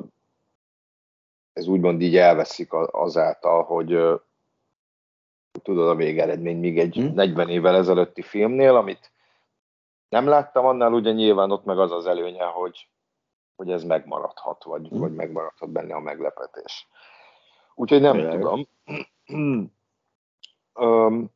ez úgymond így elveszik azáltal, hogy tudod a végeredmény, míg egy hmm. negyven évvel ezelőtti filmnél, amit nem láttam, annál ugye nyilván ott meg az az előnye, hogy, hogy ez megmaradhat, vagy, hmm. vagy megmaradhat benne a meglepetés. Úgyhogy nem Jaj. tudom. um,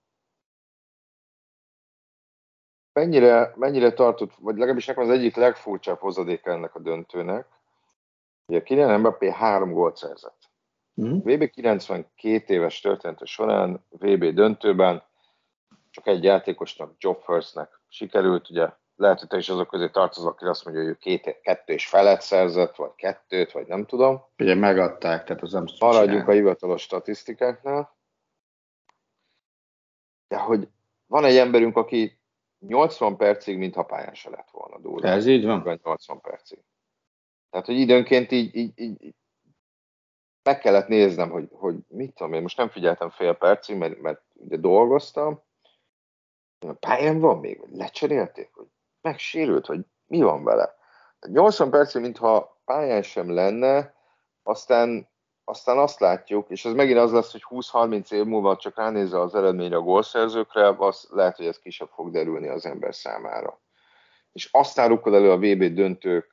mennyire, mennyire tartott, vagy legalábbis nekem az egyik legfurcsább hozadéka ennek a döntőnek, hogy a Kylian Mbappé három gólt szerzett. Mm. vé bé kilencvenkét éves története során vé bé döntőben csak egy játékosnak, Joe Hurstnek sikerült, ugye lehet, hogy te is azok közé tartozol, aki azt mondja, hogy ő két, kettő és felet szerzett, vagy kettőt, vagy nem tudom. Ugye megadták, tehát az nem tudom. Maradjunk a hivatalos statisztikáknál. De hogy van egy emberünk, aki nyolcvan percig, mintha pályán se lett volna durva. Ez így van? nyolcvan percig. Tehát, hogy időnként így, így, így meg kellett néznem, hogy, hogy mit tudom én, most nem figyeltem fél percig, mert, mert ugye dolgoztam, A pályán van még, vagy lecserélték, hogy megsérült, hogy mi van vele. nyolcvan percig, mintha pályán sem lenne, aztán, aztán azt látjuk, és ez megint az lesz, hogy húsz-harminc év múlva csak ránézve az eredményre a gólszerzőkre, az lehet, hogy ez kisebb fog derülni az ember számára. És aztán rukkol elő a vé bé döntők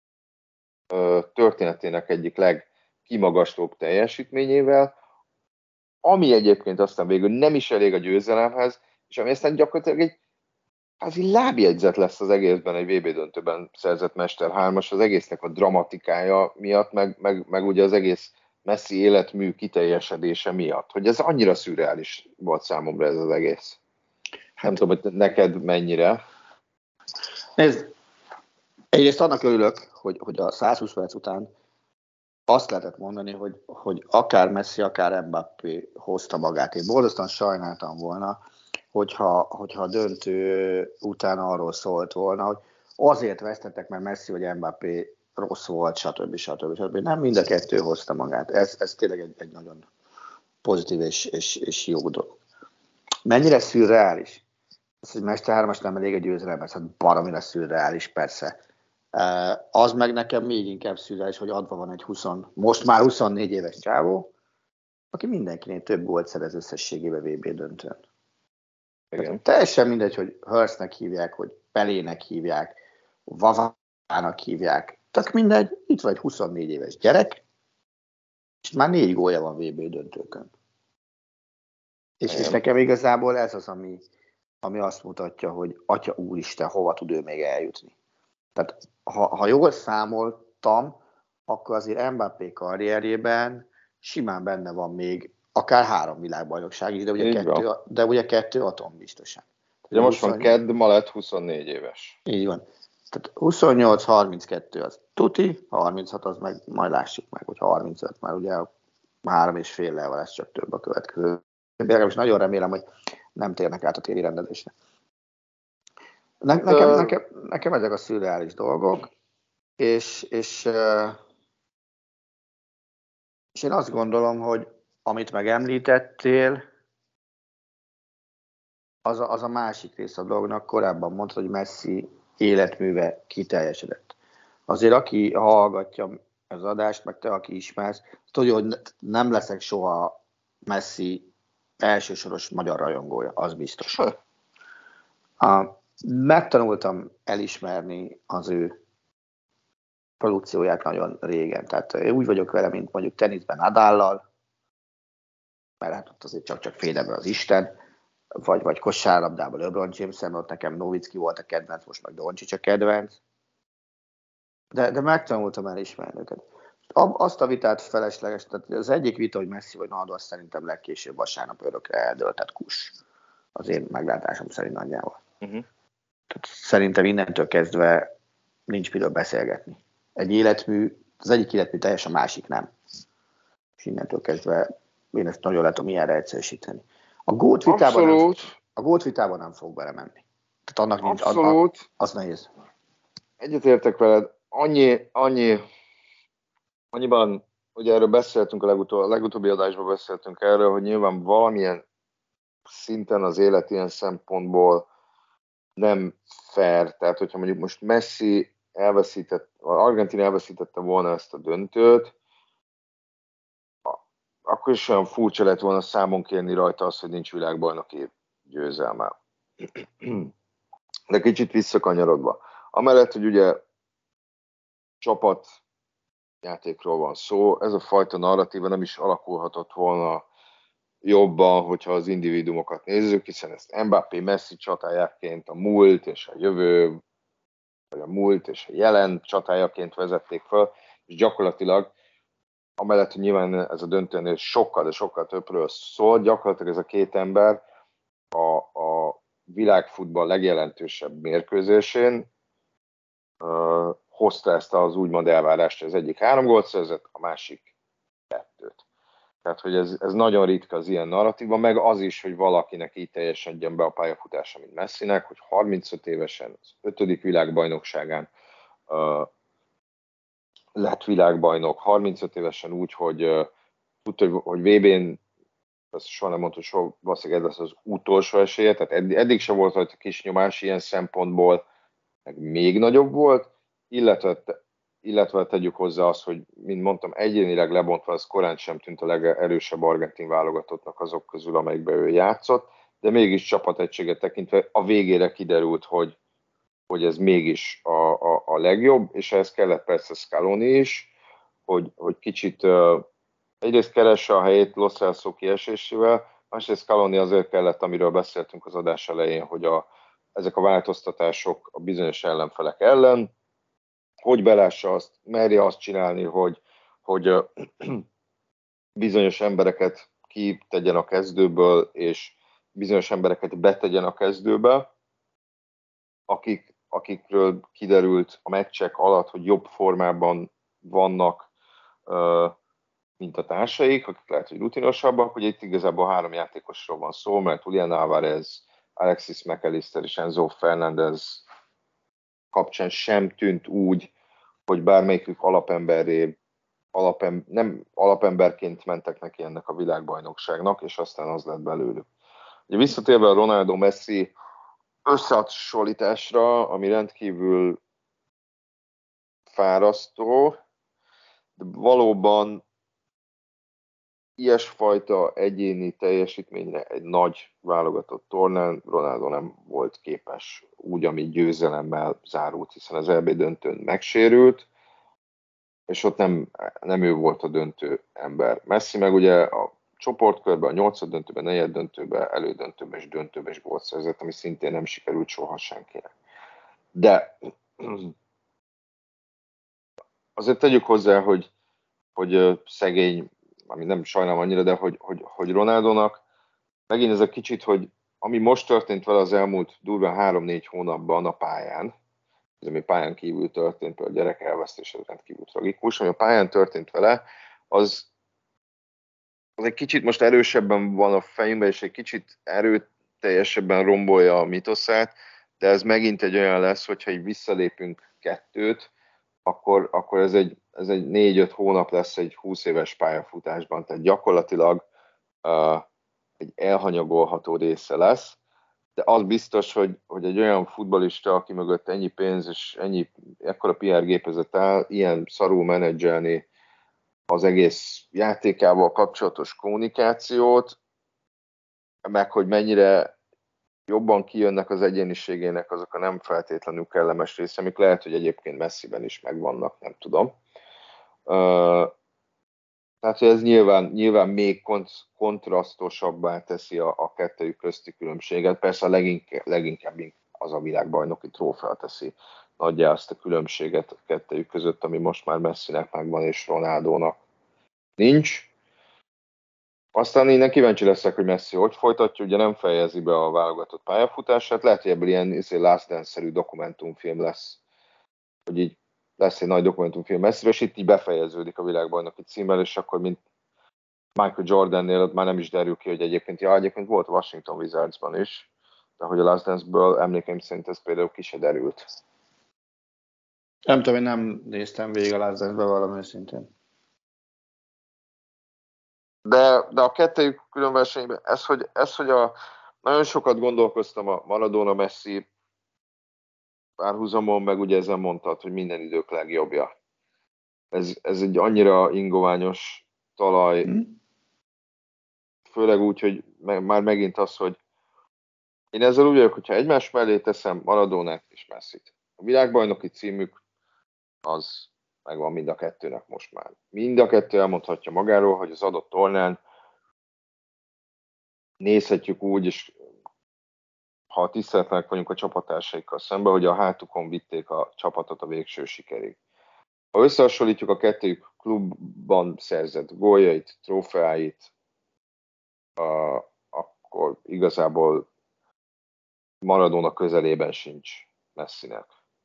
ö, történetének egyik legkimagaslóbb teljesítményével, ami egyébként aztán végül nem is elég a győzelemhez, és ami aztán gyakorlatilag egy kvázi lábjegyzet lesz az egészben, egy vé bé döntőben szerzett Mester hármas, az egésznek a dramatikája miatt, meg, meg, meg ugye az egész Messi életmű kiteljesedése miatt, hogy ez annyira szürreális volt számomra ez az egész. Nem tudom, hogy neked mennyire. Nézd, egyrészt annak örülök, hogy, hogy a százhúsz perc után azt lehetett mondani, hogy, hogy akár Messi, akár Mbappé hozta magát. Én borzasztóan sajnáltam volna, hogyha, hogyha a döntő után arról szólt volna, hogy azért vesztettek, mert Messi vagy Mbappé rossz volt, stb. stb. stb. Nem mind a kettő hozta magát. Ez, ez tényleg egy, egy nagyon pozitív és, és, és jó dolog. Mennyire szürreális? Ez, hogy Mester hármas nem elég a győzelemhez, hát baromira szürreális, persze. Az meg nekem még inkább szürreális, hogy adva van egy húsz, most már huszonnégy éves csávó, aki mindenkinél több gólt szerez összességében vé bé döntőn. Igen. Teljesen mindegy, hogy Hurstnek hívják, hogy Pelének hívják, Vavának hívják. Tehát mindegy, itt vagy huszonnégy éves gyerek, és már négy gólja van vé bé döntőkön. És, és nekem igazából ez az, ami, ami azt mutatja, hogy atya úristen, hova tud ő még eljutni. Tehát ha, ha jól számoltam, akkor azért Mbappé karrierjében simán benne van még akár három világbajnokság is, de ugye, kettő, de ugye kettő atom biztosan. Ugye most van Kedd, ma lett huszonnégy éves. Így van. Tehát huszonnyolc harminckettő az tuti, harminchat az meg majd lássuk meg, hogy harmincöt, már ugye három és féllel lesz csak több a következő. De most nagyon remélem, hogy nem térnek át a téli rendezésre. Ne, nekem, nekem, nekem ezek a szürreális dolgok, és, és, és én azt gondolom, hogy amit megemlítettél, az a, az a másik rész a dolognak. Korábban mondtad, hogy Messi életműve kiteljesedett. Azért aki hallgatja az adást, meg te, aki ismersz, tudja, hogy nem leszek soha Messi elsősoros magyar rajongója, az biztos. A, megtanultam elismerni az ő produkcióját nagyon régen. Tehát úgy vagyok vele, mint mondjuk teniszben Nadállal, mert hát ott azért csak-csak Federer az Isten, vagy, vagy kosárlabdában LeBron James-en, ott nekem Nowitzki volt a kedvenc, most meg Doncic a kedvenc. De, de megtanultam elismerni őket. Azt a vitát felesleges, tehát az egyik vita, hogy Messi vagy Ronaldo, azt szerintem legkésőbb vasárnap örökre eldőltett kus. Az én meglátásom szerint nagyjából. Uh-huh. Tehát szerintem innentől kezdve nincs miről beszélgetni. Egy életmű, az egyik életmű teljes, a másik nem. És innentől kezdve én ezt nagyon le tudom ilyenre egyszerűsíteni. A gót vitában, nem, a gót vitában nem fog belemenni. Tehát annak nincs, Abszolút. Az, az nehéz. Egyetértek veled. Annyi, annyi, annyiban, ugye erről beszéltünk a, legutó, a legutóbbi adásban beszéltünk erről, hogy nyilván valamilyen szinten az élet ilyen szempontból nem fair. Tehát, hogyha mondjuk most Messi elveszített, Argentína elveszítette volna ezt a döntőt, akkor is olyan furcsa lett volna számon kérni rajta az, hogy nincs világbajnoki győzelme. De kicsit visszakanyarodva. Amellett, hogy ugye csapatjátékról van szó, ez a fajta narratíva nem is alakulhatott volna jobban, hogyha az individumokat nézzük, hiszen ezt Mbappé, Messi csatájáként a múlt és a jövő, vagy a múlt és a jelen csatájaként vezették fel, és gyakorlatilag amellett, hogy nyilván ez a döntőnél sokkal, de sokkal többről szól, gyakorlatilag ez a két ember a, a világfutball legjelentősebb mérkőzésén uh, hozta ezt az úgymond elvárást, az egyik három gólt szerzett, a másik kettőt. Tehát, hogy ez, ez nagyon ritka az ilyen narratíva, meg az is, hogy valakinek így teljesedjen be a pályafutása, mint Messinek, hogy harmincöt évesen, az ötödik világbajnokságán uh, lett világbajnok, harmincöt évesen úgy, hogy uh, tudta, hogy vé bén ezt soha nem mondta, hogy soha, valószínűleg ez lesz az utolsó esélye, tehát eddig, eddig sem volt rajta kis nyomás ilyen szempontból, meg még nagyobb volt, illetve, illetve tegyük hozzá azt, hogy, mint mondtam, egyénileg lebontva az korán sem tűnt a legerősebb argentin válogatottnak azok közül, amelyikben ő játszott, de mégis csapategységet tekintve a végére kiderült, hogy, hogy ez mégis a, a, a legjobb, és ehhez kellett persze Scaloni is, hogy, hogy kicsit uh, egyrészt keresse a helyét Lo Celso kiesésével, másrészt Scaloni azért kellett, amiről beszéltünk az adás elején, hogy a, ezek a változtatások a bizonyos ellenfelek ellen, hogy belássa azt, merje azt csinálni, hogy, hogy uh, bizonyos embereket kitegyen a kezdőből, és bizonyos embereket betegyen a kezdőbe, akik, akikről kiderült a meccsek alatt, hogy jobb formában vannak, mint a társaik, akik lehet, hogy rutinosabbak, hogy itt igazából három játékosról van szó, mert Julián Álvarez, Alexis McAllister és Enzo Fernández kapcsán sem tűnt úgy, hogy bármelyikük alapemberré, alapem, nem alapemberként mentek neki ennek a világbajnokságnak, és aztán az lett belőlük. Ugye visszatérve a Ronaldo-Messi összehasonlításra, ami rendkívül fárasztó, de valóban ilyesfajta egyéni teljesítményre egy nagy válogatott tornán Ronaldo nem volt képes úgy, ami győzelemmel zárult, hiszen az é bé döntőn megsérült, és ott nem, nem ő volt a döntő ember. Messi meg ugye a csoportkörben, a nyolcad döntőben, negyed döntőben, elődöntőben és döntőben is gólt szerzett, ami szintén nem sikerült soha senkinek. De azért tegyük hozzá, hogy, hogy szegény, ami nem sajnálom annyira, de hogy, hogy, hogy Ronaldónak megint ez a kicsit, hogy ami most történt vele az elmúlt durván három-négy hónapban a pályán, ez ami pályán kívül történt, például a gyerek elvesztése rendkívül tragikus, ami a pályán történt vele, az, az egy kicsit most erősebben van a fejünkben, és egy kicsit erőteljesebben rombolja a mitoszát, de ez megint egy olyan lesz, hogyha így visszalépünk kettőt, akkor, akkor ez egy, ez egy négy-öt hónap lesz egy húsz éves pályafutásban, tehát gyakorlatilag uh, egy elhanyagolható része lesz, de az biztos, hogy, hogy egy olyan futballista, aki mögött ennyi pénz és ennyi, ekkora pé er gépezet áll, ilyen szarul menedzselni az egész játékával kapcsolatos kommunikációt, meg hogy mennyire jobban kijönnek az egyéniségének azok a nem feltétlenül kellemes része, amik lehet, hogy egyébként Messiben is megvannak, nem tudom. Uh, tehát, hogy ez nyilván, nyilván még kont- kontrasztosabbá teszi a, a kettőjük közti különbséget. Persze a leginkább, leginkább az a világbajnoki trófea teszi nagyjá azt a különbséget a kettőjük között, ami most már Messinek megvan és Ronaldónak nincs. Aztán innen kíváncsi leszek, hogy Messi hogy folytatja, ugye nem fejezi be a válogatott pályafutását, lehet, hogy ebből ilyen Last Dance-szerű dokumentumfilm lesz, hogy így lesz egy nagy dokumentumfilm Messiről, és itt így befejeződik a világbajnoki címmel, és akkor mint Michael Jordannél ott már nem is derül ki, hogy egyébként, ja, egyébként volt Washington Wizardsban is, de hogy a Last Dance-ből emlékeim szerint ez például ki se derült. Nem tudom, én nem néztem végig a Last Dance-be valami szintén. De, de a kettőjük különversenyben, ez hogy, ez, hogy a, nagyon sokat gondolkoztam a Maradona Messi párhuzamon, meg ugye ezen mondtad, hogy minden idők legjobbja. Ez, ez egy annyira ingoványos talaj, hmm. főleg úgy, hogy me, már megint az, hogy én ezzel úgy vagyok, hogyha egymás mellé teszem Maradonát és Messit. A világbajnoki címük az megvan mind a kettőnek most már. Mind a kettő elmondhatja magáról, hogy az adott tornán nézhetjük úgy, és ha tiszteletlenek vagyunk a csapattársaikkal szemben, hogy a hátukon vitték a csapatot a végső sikerig. Ha összehasonlítjuk a kettőjük klubban szerzett góljait, trófeáit, uh, akkor igazából Maradona közelében sincs Messinek.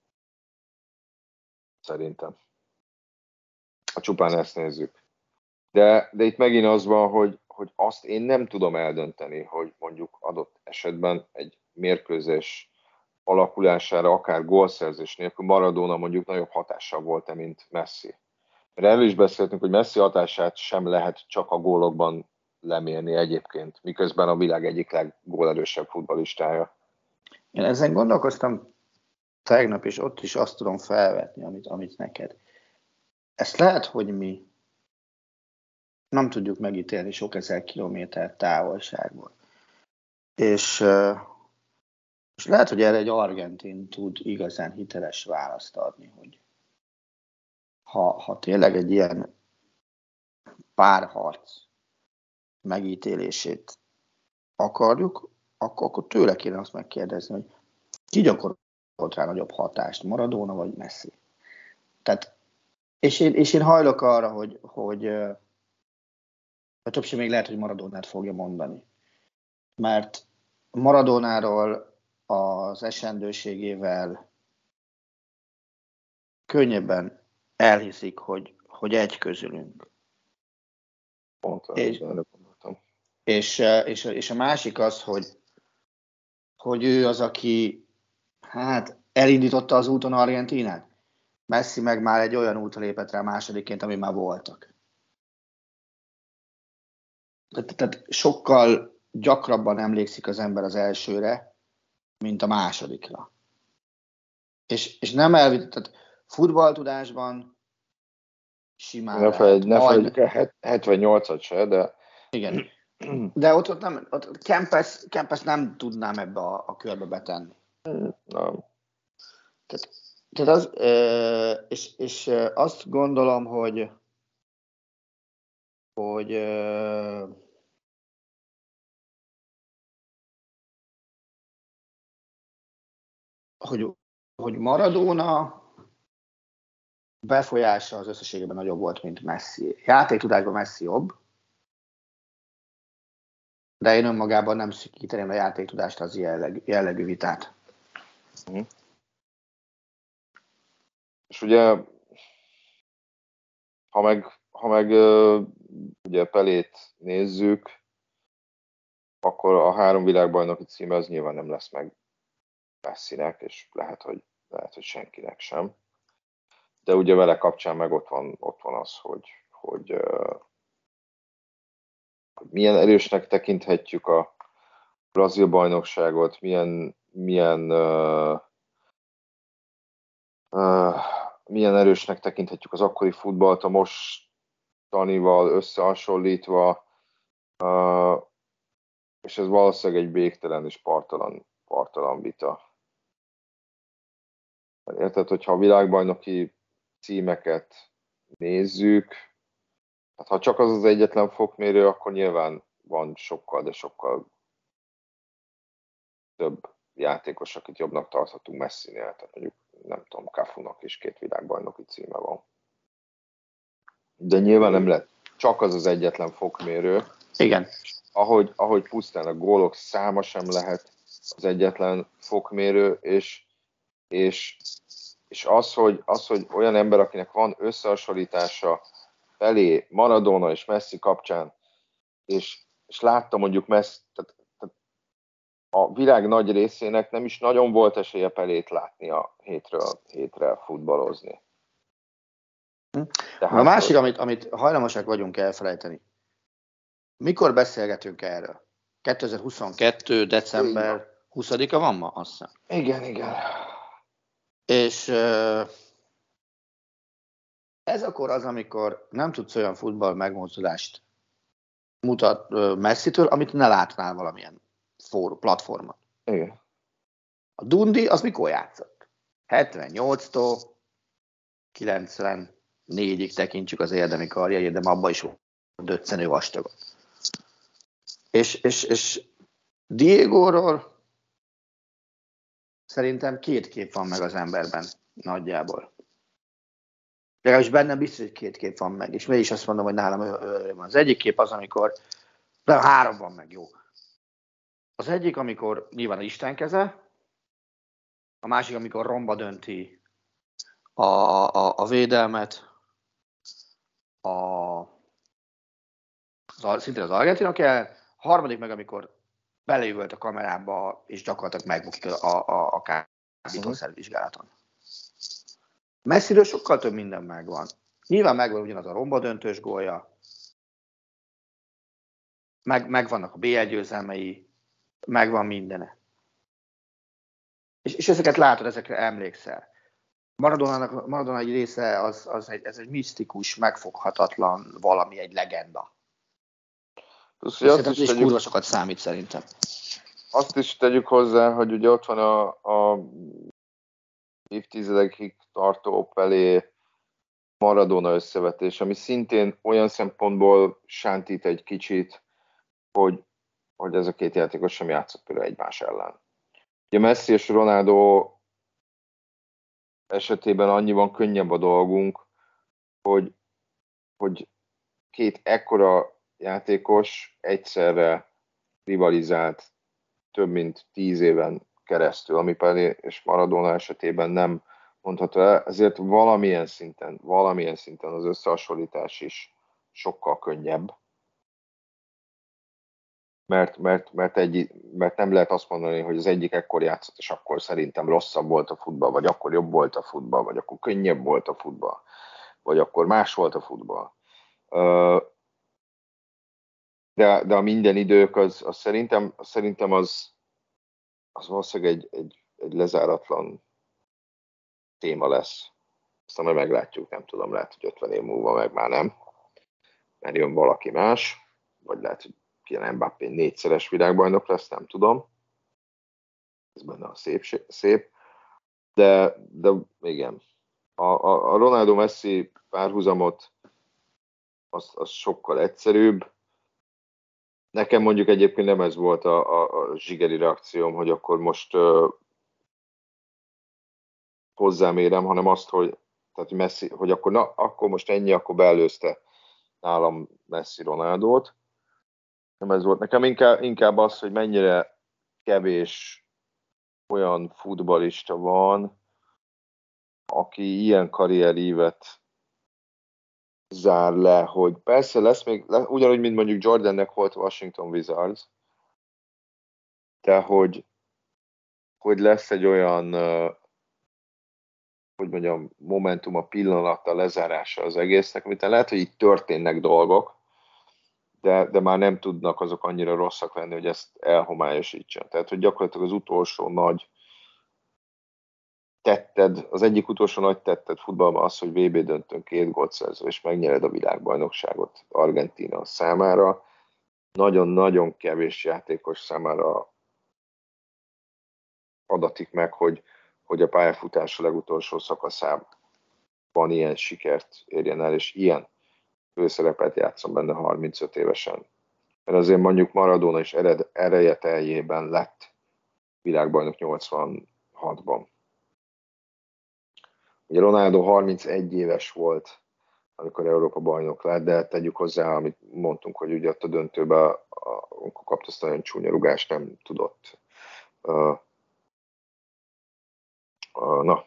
Szerintem. Ha csupán ezt nézzük. De, de itt megint az van, hogy, hogy azt én nem tudom eldönteni, hogy mondjuk adott esetben egy mérkőzés alakulására, akár gólszerzés nélkül Maradona mondjuk nagyobb hatással volt-e, mint Messi. Mert erről is beszéltünk, hogy Messi hatását sem lehet csak a gólokban lemérni egyébként, miközben a világ egyik leggólerősebb futballistája. Én ezen gondolkoztam tegnap, és ott is azt tudom felvetni, amit, amit neked. Ezt lehet, hogy mi nem tudjuk megítélni sok ezer kilométer távolságból. És, és lehet, hogy erre egy argentin tud igazán hiteles választ adni, hogy ha, ha tényleg egy ilyen párharc megítélését akarjuk, akkor, akkor tőle kéne azt megkérdezni, hogy ki gyakorolt rá nagyobb hatást, Maradona vagy Messi. Tehát, és, én, és én hajlok arra, hogy, hogy a többség még lehet, hogy Maradonát fogja mondani. Mert Maradonáról az esendőségével könnyebben elhiszik, hogy, hogy egy közülünk. Pont, és, gondoltam. És, és, és a másik az, hogy, hogy ő az, aki hát elindította az úton Argentinát. Messi meg már egy olyan útra lépett rá másodikként, ami már voltak. Tehát, tehát sokkal gyakrabban emlékszik az ember az elsőre, mint a másodikra. És, és nem elvitt, tehát futballtudásban simán Ne felejtjük, ne felejtjük el hetvennyolcat se, de... Igen. De ott, ott nem, ott Kempes, Kempes nem tudnám ebbe a, a körbe betenni. Nem. Tehát, tehát az, és, és azt gondolom, hogy hogy hogy, hogy Maradona befolyása az összességében nagyobb volt, mint Messi. Játéktudásban Messi jobb, de én önmagában nem szűkíteném a játéktudást az jellegű, jellegű vitát. Mm. És ugye, ha meg, ha meg ugye Pelét nézzük, akkor a három világbajnoki címe az nyilván nem lesz meg Messinek, és lehet, hogy, lehet, hogy senkinek sem. De ugye vele kapcsán meg ott van, ott van az, hogy, hogy, hogy milyen erősnek tekinthetjük a brazil bajnokságot, milyen, milyen, uh, uh, milyen erősnek tekinthetjük az akkori futballt a mostanival összehasonlítva, uh, és ez valószínűleg egy végtelen és partalan, partalan vita. Érted, hogyha a világbajnoki címeket nézzük, hát ha csak az az egyetlen fokmérő, akkor nyilván van sokkal, de sokkal több játékos, akit jobbnak tarthatunk Messinél. Tehát mondjuk, nem tudom, Cafunak is két világbajnoki címe van. De nyilván nem lett csak az az egyetlen fokmérő. Igen. Ahogy, ahogy pusztán a gólok száma sem lehet az egyetlen fokmérő, és, és, és az, hogy, az, hogy olyan ember, akinek van összehasonlítása Pelé, Maradona és Messi kapcsán, és, és látta mondjuk Messi, tehát, tehát a világ nagy részének nem is nagyon volt esélye Pelét látni a hétről hétre futballozni. Tehát a másik, amit, amit hajlamosak vagyunk elfelejteni. Mikor beszélgetünk erről? kétezer-huszonkettő. december huszadika van ma? Azt hiszem. Igen, igen. És uh, ez akkor az, amikor nem tudsz olyan futball megmozdulást mutat uh, Messitől, amit ne látnál valamilyen fórum, platformon. Igen. A Dundi az mikor játszott? hetvennyolctól kilencvennégyig tekintsük az érdemi karrierjét, de abban is volt döccenő vastagot. És, és, és Diegóról szerintem két kép van meg az emberben nagyjából. Legalábbis bennem biztos, hogy két kép van meg, és mégis azt mondom, hogy nálam ő, ő, ő van. Az egyik kép az, amikor, de három van meg, jó. Az egyik, amikor nyilván az Isten keze, a másik, amikor romba dönti a, a, a védelmet, a, az, szintén az argentinok ellen, a harmadik meg, amikor beleüvölt a kamerába, és gyakorlatilag megbukik a, a, a kábítószervizsgálaton. Messiről sokkal több minden megvan. Nyilván megvan ugyanaz a romba döntős gólja, meg, megvannak a bé el győzelmei, megvan mindene. És, és ezeket látod, ezekre emlékszel. Maradonának, Maradona egy része, az, az egy, ez egy misztikus, megfoghatatlan valami, egy legenda. Azt, Szerintem is is tegyük, kurva sokat számít szerintem. azt is tegyük hozzá, hogy ugye ott van a, a évtizedekig tartó Pelé Maradona összevetés, ami szintén olyan szempontból sántít egy kicsit, hogy, hogy ez a két játékos sem játszott például egymás ellen. Ugye Messi és Ronaldo esetében annyiban könnyebb a dolgunk, hogy, hogy két ekkora játékos egyszerre rivalizált több mint tíz éven keresztül, ami Pelé és Maradona esetében nem mondható el, ezért valamilyen szinten, valamilyen szinten az összehasonlítás is sokkal könnyebb. Mert, mert, mert, egy, mert nem lehet azt mondani, hogy az egyik ekkor játszott, és akkor szerintem rosszabb volt a futball, vagy akkor jobb volt a futball, vagy akkor könnyebb volt a futball, vagy akkor más volt a futball. De, de a minden idők, az, az szerintem, szerintem az, az valószínűleg egy, egy, egy lezáratlan téma lesz. Aztán majd meglátjuk, nem tudom, lehet, hogy ötven év múlva meg már nem, mert jön valaki más, vagy lehet, hogy ilyen Mbappé négyszeres világbajnok lesz, nem tudom. Ez benne a szép, szép. De, de igen, a, a, a Ronaldo-Messi párhuzamot az, az sokkal egyszerűbb. Nekem mondjuk egyébként nem ez volt a, a, a zsigeri reakcióm, hogy akkor most uh, hozzámérem, hanem azt, hogy, tehát Messi, hogy akkor, na, akkor most ennyi, akkor beelőzte nálam Messi Ronaldót. Nem ez volt. Nekem inkább, inkább az, hogy mennyire kevés olyan futballista van, aki ilyen karrierívet zár le, hogy persze lesz még, ugyanúgy, mint mondjuk Jordannek volt Washington Wizards, de hogy, hogy lesz egy olyan, hogy mondjam, momentum, a pillanata, lezárása az egésznek, amit lehet, hogy itt történnek dolgok, de, de már nem tudnak azok annyira rosszak lenni, hogy ezt elhomályosítsa. Tehát, hogy gyakorlatilag az utolsó nagy tetted, az egyik utolsó nagy tetted futballban az, hogy vé bé döntőn két gólt szerző, és megnyered a világbajnokságot Argentína számára. Nagyon-nagyon kevés játékos számára adatik meg, hogy, hogy a pályafutása legutolsó szakaszában ilyen sikert érjen el, és ilyen főszerepet játszom benne harmincöt évesen. Mert azért mondjuk Maradona is ered, ereje teljében lett világbajnok nyolcvanhatban. Ugye Ronaldo harmincegy éves volt, amikor Európa bajnok lett, de tegyük hozzá, amit mondtunk, hogy ugye ott a döntőben, amikor kapta azt nagyon csúnya rugást, nem tudott uh, uh, na,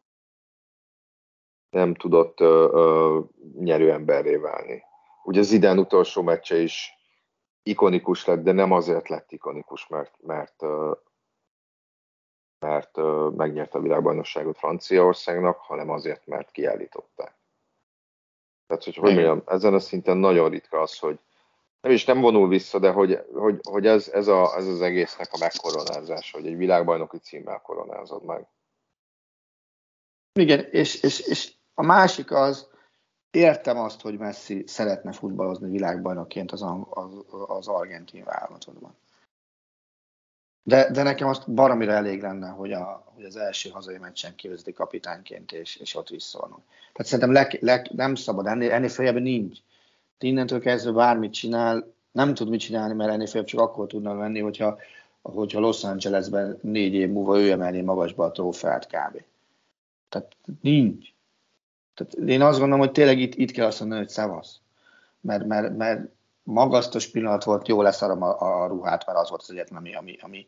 nem tudott uh, uh, nyerőemberré válni. Ugye Zidane utolsó meccse is ikonikus lett, de nem azért lett ikonikus, mert, mert, uh, mert uh, megnyerte a világbajnokságot Franciaországnak, hanem azért, mert kiállították. Tehát, hogy, hogy mondjam, ezen a szinten nagyon ritka az, hogy nem is nem vonul vissza, de hogy, hogy, hogy ez, ez, a, ez az egésznek a megkoronázása, hogy egy világbajnoki címmel koronázod meg. Igen, és, és, és a másik az, értem azt, hogy Messi szeretne futballozni világbajnokként az, az, az argentin válogatottban. De, de nekem azt baromira elég lenne, hogy, a, hogy az első hazai meccsen kivezeti kapitányként, és, és ott visszavonul. Tehát szerintem le, le, nem szabad, ennél, ennél feljebb nincs. Innentől kezdve bármit csinál, nem tud mit csinálni, mert ennél feljebb csak akkor tudna menni, hogyha, hogyha Los Angelesben négy év múlva ő emelné magasba a trófeát kb. Tehát nincs. Tehát én azt gondolom, hogy tényleg itt, itt kell azt mondani, hogy szevasz. Mert, mert, mert magasztos pillanat volt, jó leszarom a, a ruhát, mert az volt az egyetlen, ami, ami, ami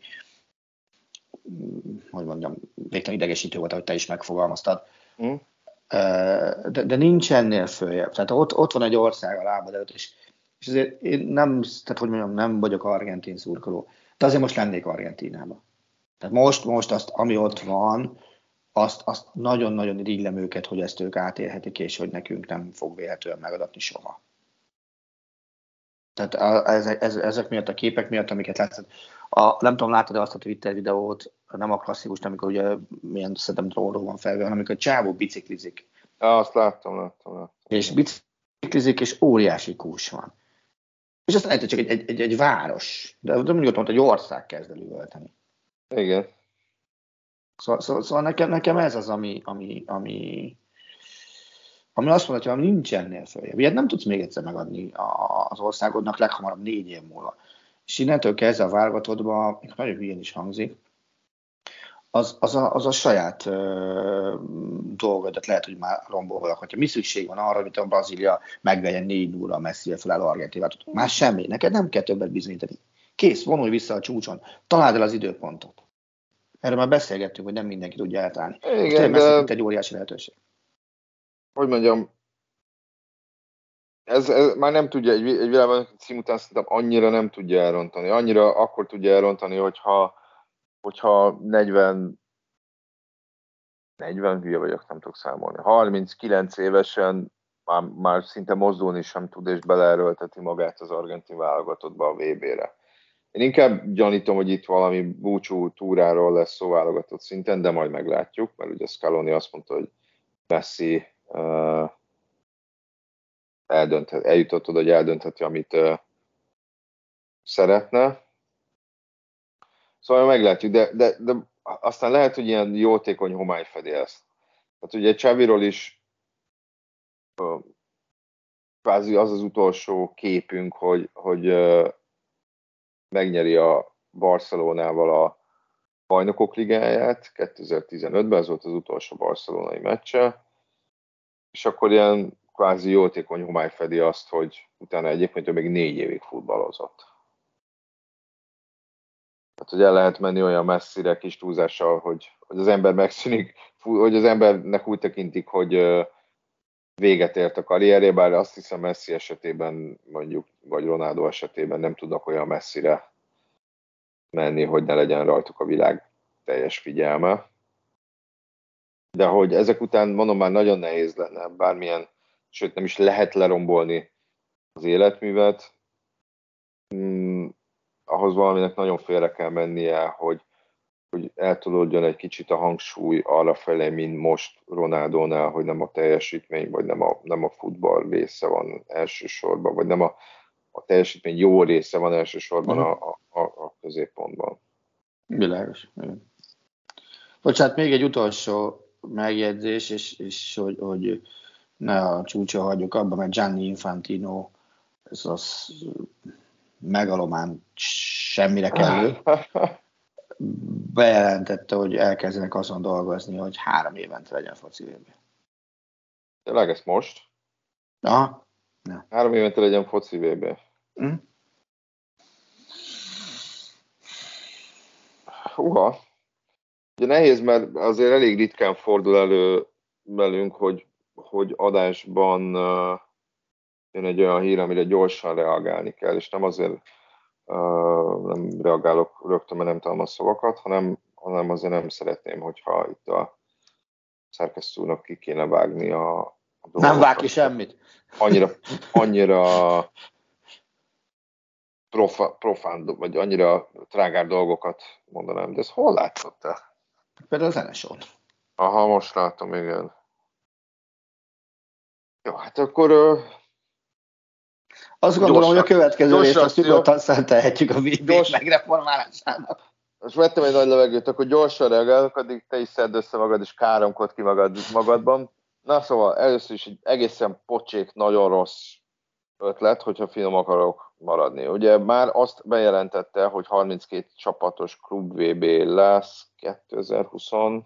hogy mondjam, végtelen idegesítő volt, ahogy te is megfogalmaztad. Mm. De, de nincs ennél följebb. Tehát ott, ott van egy ország a lábad előtt, és, és azért én nem, tehát hogy mondjam, nem vagyok argentin szurkoló, de azért most lennék Argentínában. Tehát most, most azt, ami ott van, azt, azt nagyon-nagyon irigylem őket, hogy ezt ők átélhetik, és hogy nekünk nem fog véletlenül megadatni soha. Tehát a, ezek, ezek miatt a képek miatt, amiket látszott. A, nem tudom, láttad azt a Twitter videót, nem a klasszikus, amikor ugye milyen szerintem drónról van felve, hanem amikor a csávó biciklizik. Ja, azt láttam, láttam, láttam. És biciklizik, és óriási kús van. És aztán lehet, hogy csak egy, egy, egy, egy város, de nem nyugodtan, hogy egy ország kezd el üvölteni. Igen. Szóval, szóval, szóval nekem, nekem ez az, ami, ami, ami, ami azt mondja, hogy nincs ennél följebb. Ilyet nem tudsz még egyszer megadni az országodnak leghamarabb négy év múlva. És innentől kezdve a válogatottban, még nagyon hülyén is hangzik, az, az, a, az a saját ö, dolgodat lehet, hogy már rombolnak. Hogyha mi szükség van arra, hogy a Brazília megvegyen négy nulla a messzire felálló Argentinát, már semmi. Neked nem kell többet bizonyítani. Kész, vonulj vissza a csúcson. Találd el az időpontot. Erről már beszélgettünk, hogy nem mindenki tudja eltalálni. Igen, de... Messi egy óriási lehetőség. Hogy mondjam, ez, ez már nem tudja, egy, egy világban cím után szerintem annyira nem tudja elrontani. Annyira akkor tudja elrontani, hogyha, hogyha negyven, negyven hülye vagyok, nem tudok számolni. harminckilenc évesen már, már szinte mozdulni sem tud, és beleerőlteti magát az argentin válogatottba a vé bé-re. Én inkább gyanítom, hogy itt valami búcsú túráról lesz szó válogatott szinten, de majd meglátjuk, mert ugye Scaloni azt mondta, hogy Messi uh, eldönthet, eljutott oda, hogy eldöntheti, amit uh, szeretne. Szóval meglátjuk, de, de, de aztán lehet, hogy ilyen jótékony homály fedi ezt. Tehát ugye Xaviról is uh, kvázi az az utolsó képünk, hogy, hogy uh, megnyeri a Barcelonával a Bajnokok Ligáját kétezer-tizenötben, ez volt az utolsó barcelonai meccse, és akkor ilyen kvázi jótékony homály fedi azt, hogy utána egyébként ő még négy évig futballozott. Tehát, hogy el lehet menni olyan messzire kis túlzással, hogy, hogy az ember megszűnik, hogy az embernek úgy tekintik, hogy véget ért a karrierje, bár azt hiszem Messi esetében, mondjuk, vagy Ronaldo esetében nem tudnak olyan messzire menni, hogy ne legyen rajtuk a világ teljes figyelme. De hogy ezek után, mondom, már nagyon nehéz lenne bármilyen, sőt nem is lehet lerombolni az életművet. Hmm, ahhoz valaminek nagyon félre kell mennie, hogy, hogy eltolódjon egy kicsit a hangsúly arra felé, mint most Ronaldónál, hogy nem a teljesítmény, vagy nem a, nem a futball része van elsősorban, vagy nem a, a teljesítmény jó része van elsősorban a, a, a, a középpontban. Világos. Bocsánat, még egy utolsó megjegyzés, és, és hogy, hogy ne a csúcsa hagyjuk abba, mert Gianni Infantino, ez az megalomán semmire kellő, bejelentette, hogy elkezdenek azon dolgozni, hogy három évente legyen foci vé bé. Tényleg ezt most? Aha. Ja. Három évente legyen foci vé bé. Hm? Húha. Ugye nehéz, mert azért elég ritkán fordul elő velünk, hogy, hogy adásban uh, jön egy olyan hír, amire gyorsan reagálni kell, és nem azért uh, nem reagálok rögtön, mert nem találom a szavakat, hanem, hanem azért nem szeretném, hogyha itt a szerkesztőnek ki kéne vágni a, a dolgokat. Nem vág ki semmit. Annyira, annyira profa, profán, vagy annyira trágár dolgokat mondanám, de ezt hol látszott-e? Például a zenesón. Aha, most látom, igen. Jó, hát akkor... Uh, azt gondolom, gyorsan, hogy a következő részt azt nyugodtan szentelhetjük a vé bé megreformálásának. Most vettem egy nagy levegőt, akkor gyorsan reagálok, addig te is szedd össze magad, és káromkod ki magad, magadban. Na szóval, először is egy egészen pocsék, nagyon rossz ötlet, hogyha finom akarok maradni. Ugye már azt bejelentette, hogy harminckét csapatos klub vé bé lesz kétezer-húsz.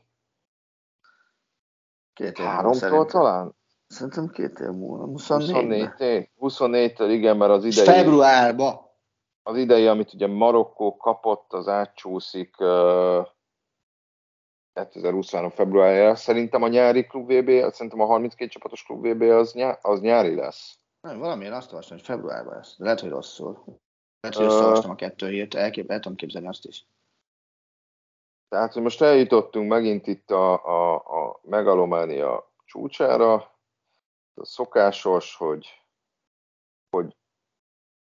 Két év Háromtól talán? Szerintem két év múlva. huszonnégy. huszonnégytől, igen, mert az idei... Februárban. Az idei, amit ugye Marokkó kapott, az átcsúszik uh, kétezer-huszonhárom februárjára. Szerintem a nyári klub vé bé, szerintem a harminckét csapatos klub vé bé az, nyá, az nyári lesz. Nem, valamilyen azt olvastam, hogy februárban lesz. De lehet, hogy rosszul. Lehet, hogy összeolvastam a kettő hírt, elkép, el tudom képzelni azt is. Tehát, hogy most eljutottunk megint itt a, a, a megalománia csúcsára. A szokásos, hogy, hogy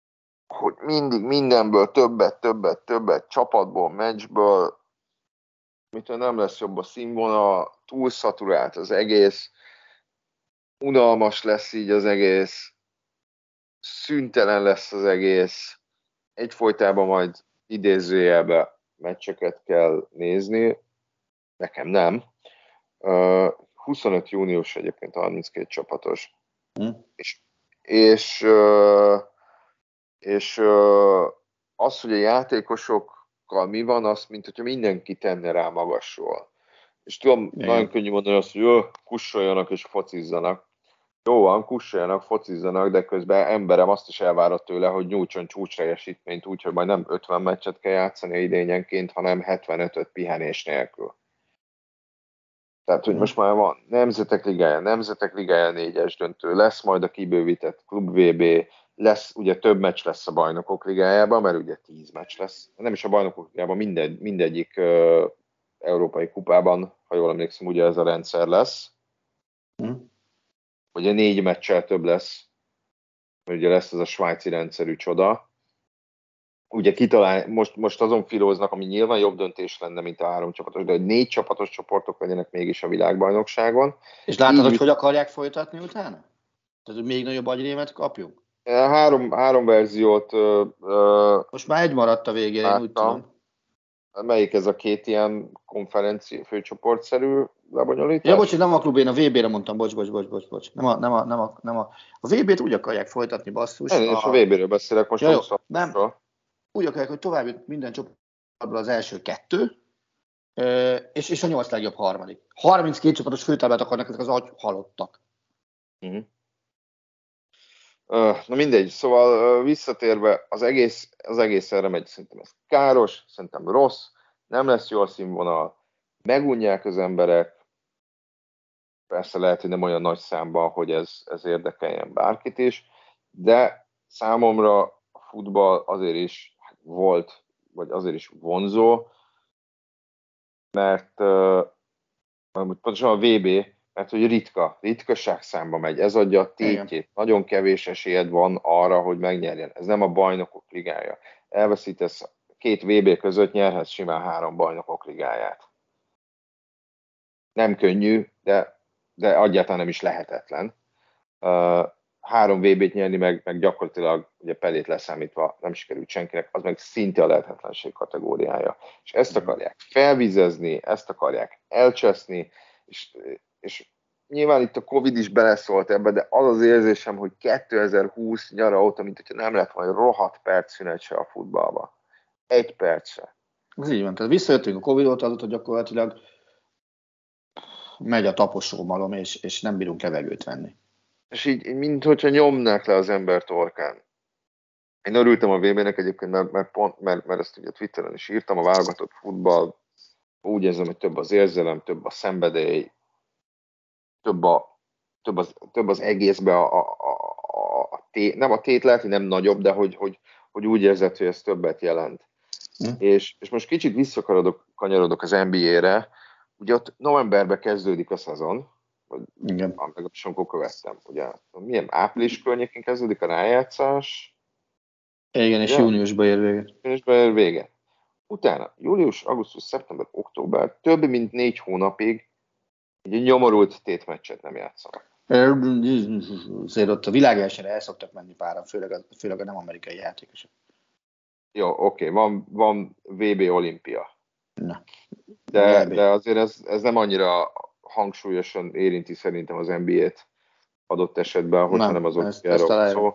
hogy mindig mindenből többet, többet, többet, csapatból, meccsből, mitől nem lesz jobb a színvonal, túl szaturált az egész, unalmas lesz így az egész, szüntelen lesz az egész, egyfolytában majd idézőjelben meccseket kell nézni, nekem nem. Uh, huszonöt június egyébként harminckét csapatos. Mm. És, és, uh, és uh, az, hogy a játékosokkal mi van, azt, mint hogyha mindenki tenne rá magasról. És tudom, igen, nagyon könnyű mondani azt, hogy jó, kussoljanak és focizzanak. Jó van, kussoljanak, focizzanak, de közben emberem azt is elvárott tőle, hogy nyújtson csúcsteljesítményt úgy, hogy majd nem ötven meccset kell játszani idényenként, hanem hetvenötöt pihenés nélkül. Tehát, hogy most már van Nemzetek Ligája, Nemzetek Ligája négyes döntő, lesz majd a kibővített Klub vé bé, lesz, ugye több meccs lesz a Bajnokok Ligájában, mert ugye tíz meccs lesz. Nem is a Bajnokok Ligájában, mindegy, mindegyik uh, európai kupában, ha jól emlékszem, ugye ez a rendszer lesz. Mm. Ugye négy meccsel több lesz, mert ugye lesz ez a svájci rendszerű csoda. Ugye kitalál, most, most azon filóznak, ami nyilván jobb döntés lenne, mint a három csapatos, de hogy négy csapatos csoportok legyenek mégis a világbajnokságon. És látod, így, hogy hogy akarják folytatni utána? Tehát, hogy még nagyobb agyrémet kapjunk? Három, három verziót... Uh, most már egy maradt a végére, láttam. Én úgy tudom. Melyik ez a két ilyen konferenci főcsoportszerű lebonyolítás? Ja, bocs, nem a klub, én a vé bére mondtam, bocs, bocs, bocs, bocs, bocs. Nem a, nem a, nem a, nem a, a vé bét úgy akarják folytatni, basszus. Én és a, a vé béről beszélek most. Ja, jó, nem, úgy akarják, hogy tovább jut minden csoportból az első kettő, és, és a nyolc legjobb harmadik. harminckét csapatos főtáblát akarnak, ezek az agy halottak. Uh-huh. Uh, na mindegy, szóval uh, visszatérve, az egész, az egész erre megy, szerintem ez káros, szerintem rossz, nem lesz jó a színvonal, megunják az emberek, persze lehet, hogy nem olyan nagy számban, hogy ez, ez érdekeljen bárkit is, de számomra a futball azért is volt, vagy azért is vonzó, mert uh, pontosan a vé bé, mert hogy ritka, ritkaság számba megy, ez adja a tétjét. Igen. Nagyon kevés esélyed van arra, hogy megnyerjen. Ez nem a Bajnokok Ligája. Elveszítesz két vé bé között, nyerhetsz simán három Bajnokok Ligáját. Nem könnyű, de, de egyáltalán nem is lehetetlen. Uh, három vé bét nyerni, meg, meg gyakorlatilag ugye Pelét leszámítva nem sikerült senkinek, az meg szinte a lehetetlenség kategóriája. És ezt akarják felvizezni, ezt akarják elcseszni, és és nyilván itt a Covid is beleszólt ebbe, de az az érzésem, hogy kétezer-húsz nyara óta, mint hogyha nem lett majd rohadt perc szünet se a futballba. Egy perc se. Ez így van. Tehát visszajöttünk a Covid óta, azóta gyakorlatilag megy a taposómalom, és, és nem bírunk levegőt venni. És így, mint hogyha nyomnák le az ember torkán. Én örültem a vé bének egyébként, mert, mert, pont, mert, mert ezt ugye Twitteren is írtam, a válogatott futball, úgy érzem, hogy több az érzelem, több a szenvedély, Több, a, több, az, több az egészben a, a, a, a tét, nem a tét lehet, hogy nem nagyobb, de hogy, hogy, hogy úgy érzed, hogy ez többet jelent. Mm. És, és most kicsit visszakarodok, kanyarodok az en bé á-re, ugye ott novemberben kezdődik a szezon, vagy legalábbis amikor követtem, ugye milyen április környékén kezdődik a rájátszás. Igen, és ugye? júniusban ér véget. Júniusban ér véget. Utána július, augusztus, szeptember, október, több mint négy hónapig egy nyomorult tétmeccset nem játszanak. Azért ott a világelsőre el szoktak menni páran, főleg a, főleg a nem amerikai játékosok. Jó, oké, okay. van, van vé bé olimpia. Na. De, de azért ez, ez nem annyira hangsúlyosan érinti szerintem az en bé á-t adott esetben, hogyha nem, nem az olimpiáról szó.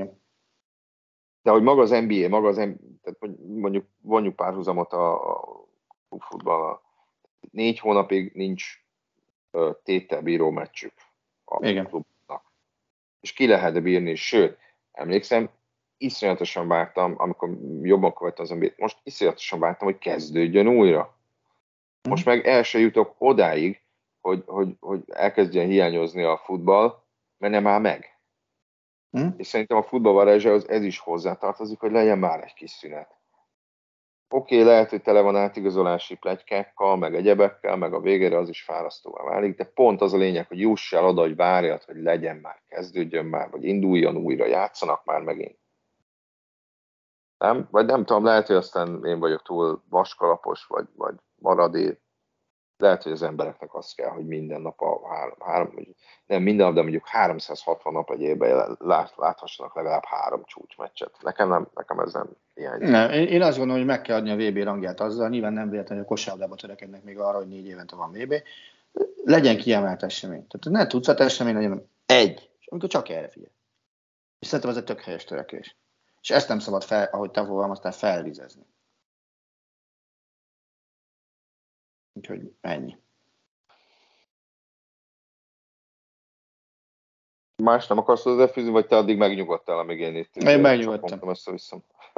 De hogy maga az en bé á, maga az en bé á, tehát mondjuk vonjuk párhuzamot a, a futballal. Négy hónapig nincs téttel bíró meccsük a Igen. klubnak. És ki lehet bírni, sőt, emlékszem, iszonyatosan vártam, amikor jobban követtem az en bé á-t, most iszonyatosan vártam, hogy kezdődjön újra. Most meg el se jutok odáig, hogy, hogy, hogy elkezdjen hiányozni a futball, mert nem áll meg. Mm. És szerintem a futballvarázsához ez is hozzátartozik, hogy legyen már egy kis szünet. Oké, okay, lehet, hogy tele van átigazolási pletykákkal, meg egyebekkel, meg a végére az is fárasztóvá válik, de pont az a lényeg, hogy juss el oda, hogy várjad, hogy legyen már, kezdődjön már, vagy induljon újra, játszanak már megint. Nem? Vagy nem tudom, lehet, hogy aztán én vagyok túl vaskalapos, vagy, vagy maradék. Lehet, hogy az embereknek az kell, hogy minden nap a három, három nem minden nap, de mondjuk háromszázhatvan nap egy évben lát, láthassanak legalább három csúcsmeccset. Nekem, nem, nekem ez nem hiányzik. Nem, én azt gondolom, hogy meg kell adni a vé bé rangját azzal, nyilván nem véletlenül, hogy a kosárlabdába törekednek még arra, hogy négy évente van vé bé. Legyen kiemelt esemény. Tehát ne tucat esemény legyen, egy. És amikor csak erre figyel. És szerintem ez egy tök helyes törekvés. És ezt nem szabad, fel, ahogy te fogalmaztál, felvizezni. Úgyhogy ennyi. Más nem akarsz hozzáfűzni, vagy te addig megnyugodtál, amíg én itt... Én megnyugodtam. Össze-vissza.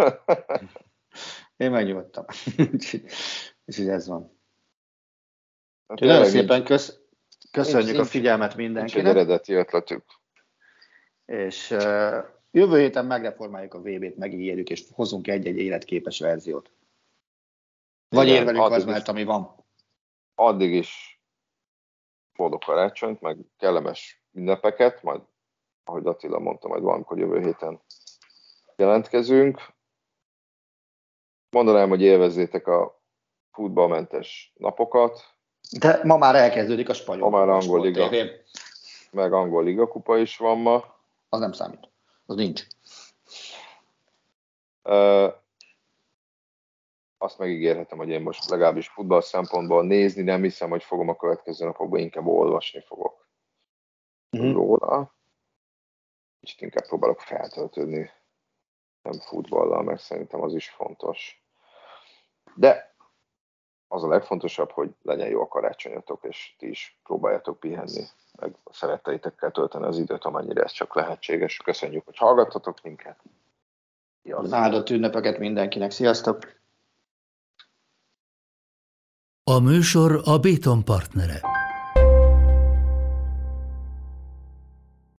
Én megnyugodtam. Úgyhogy ez van. Hát nagyon szépen kösz, köszönjük a figyelmet mindenkinek. Nincs egy eredeti ötletük. És uh, jövő héten megreformáljuk a vé bét, megígérjük, és hozunk egy-egy életképes verziót. Vagy igen, érvelünk az mellett, ami van. Addig is boldog karácsonyt, meg kellemes ünnepeket, majd, ahogy Attila mondta, majd valamikor jövő héten jelentkezünk. Mondanám, hogy élvezzétek a futballmentes napokat. De ma már elkezdődik a spanyol. Ma már angol liga, meg angol liga kupa is van ma. Az nem számít. Az nincs. Uh, azt megígérhetem, hogy én most legalábbis futball szempontból nézni nem hiszem, hogy fogom a következő napokban, inkább olvasni fogok uh-huh. róla. Kicsit inkább próbálok feltöltődni, nem futballal, mert szerintem az is fontos. De az a legfontosabb, hogy legyen jó a karácsonyatok, és ti is próbáljátok pihenni, meg a szeretteitekkel tölteni az időt, amennyire ez csak lehetséges. Köszönjük, hogy hallgattatok minket. Az áldott ünnepeket mindenkinek. Sziasztok! A műsor a Béton partnere.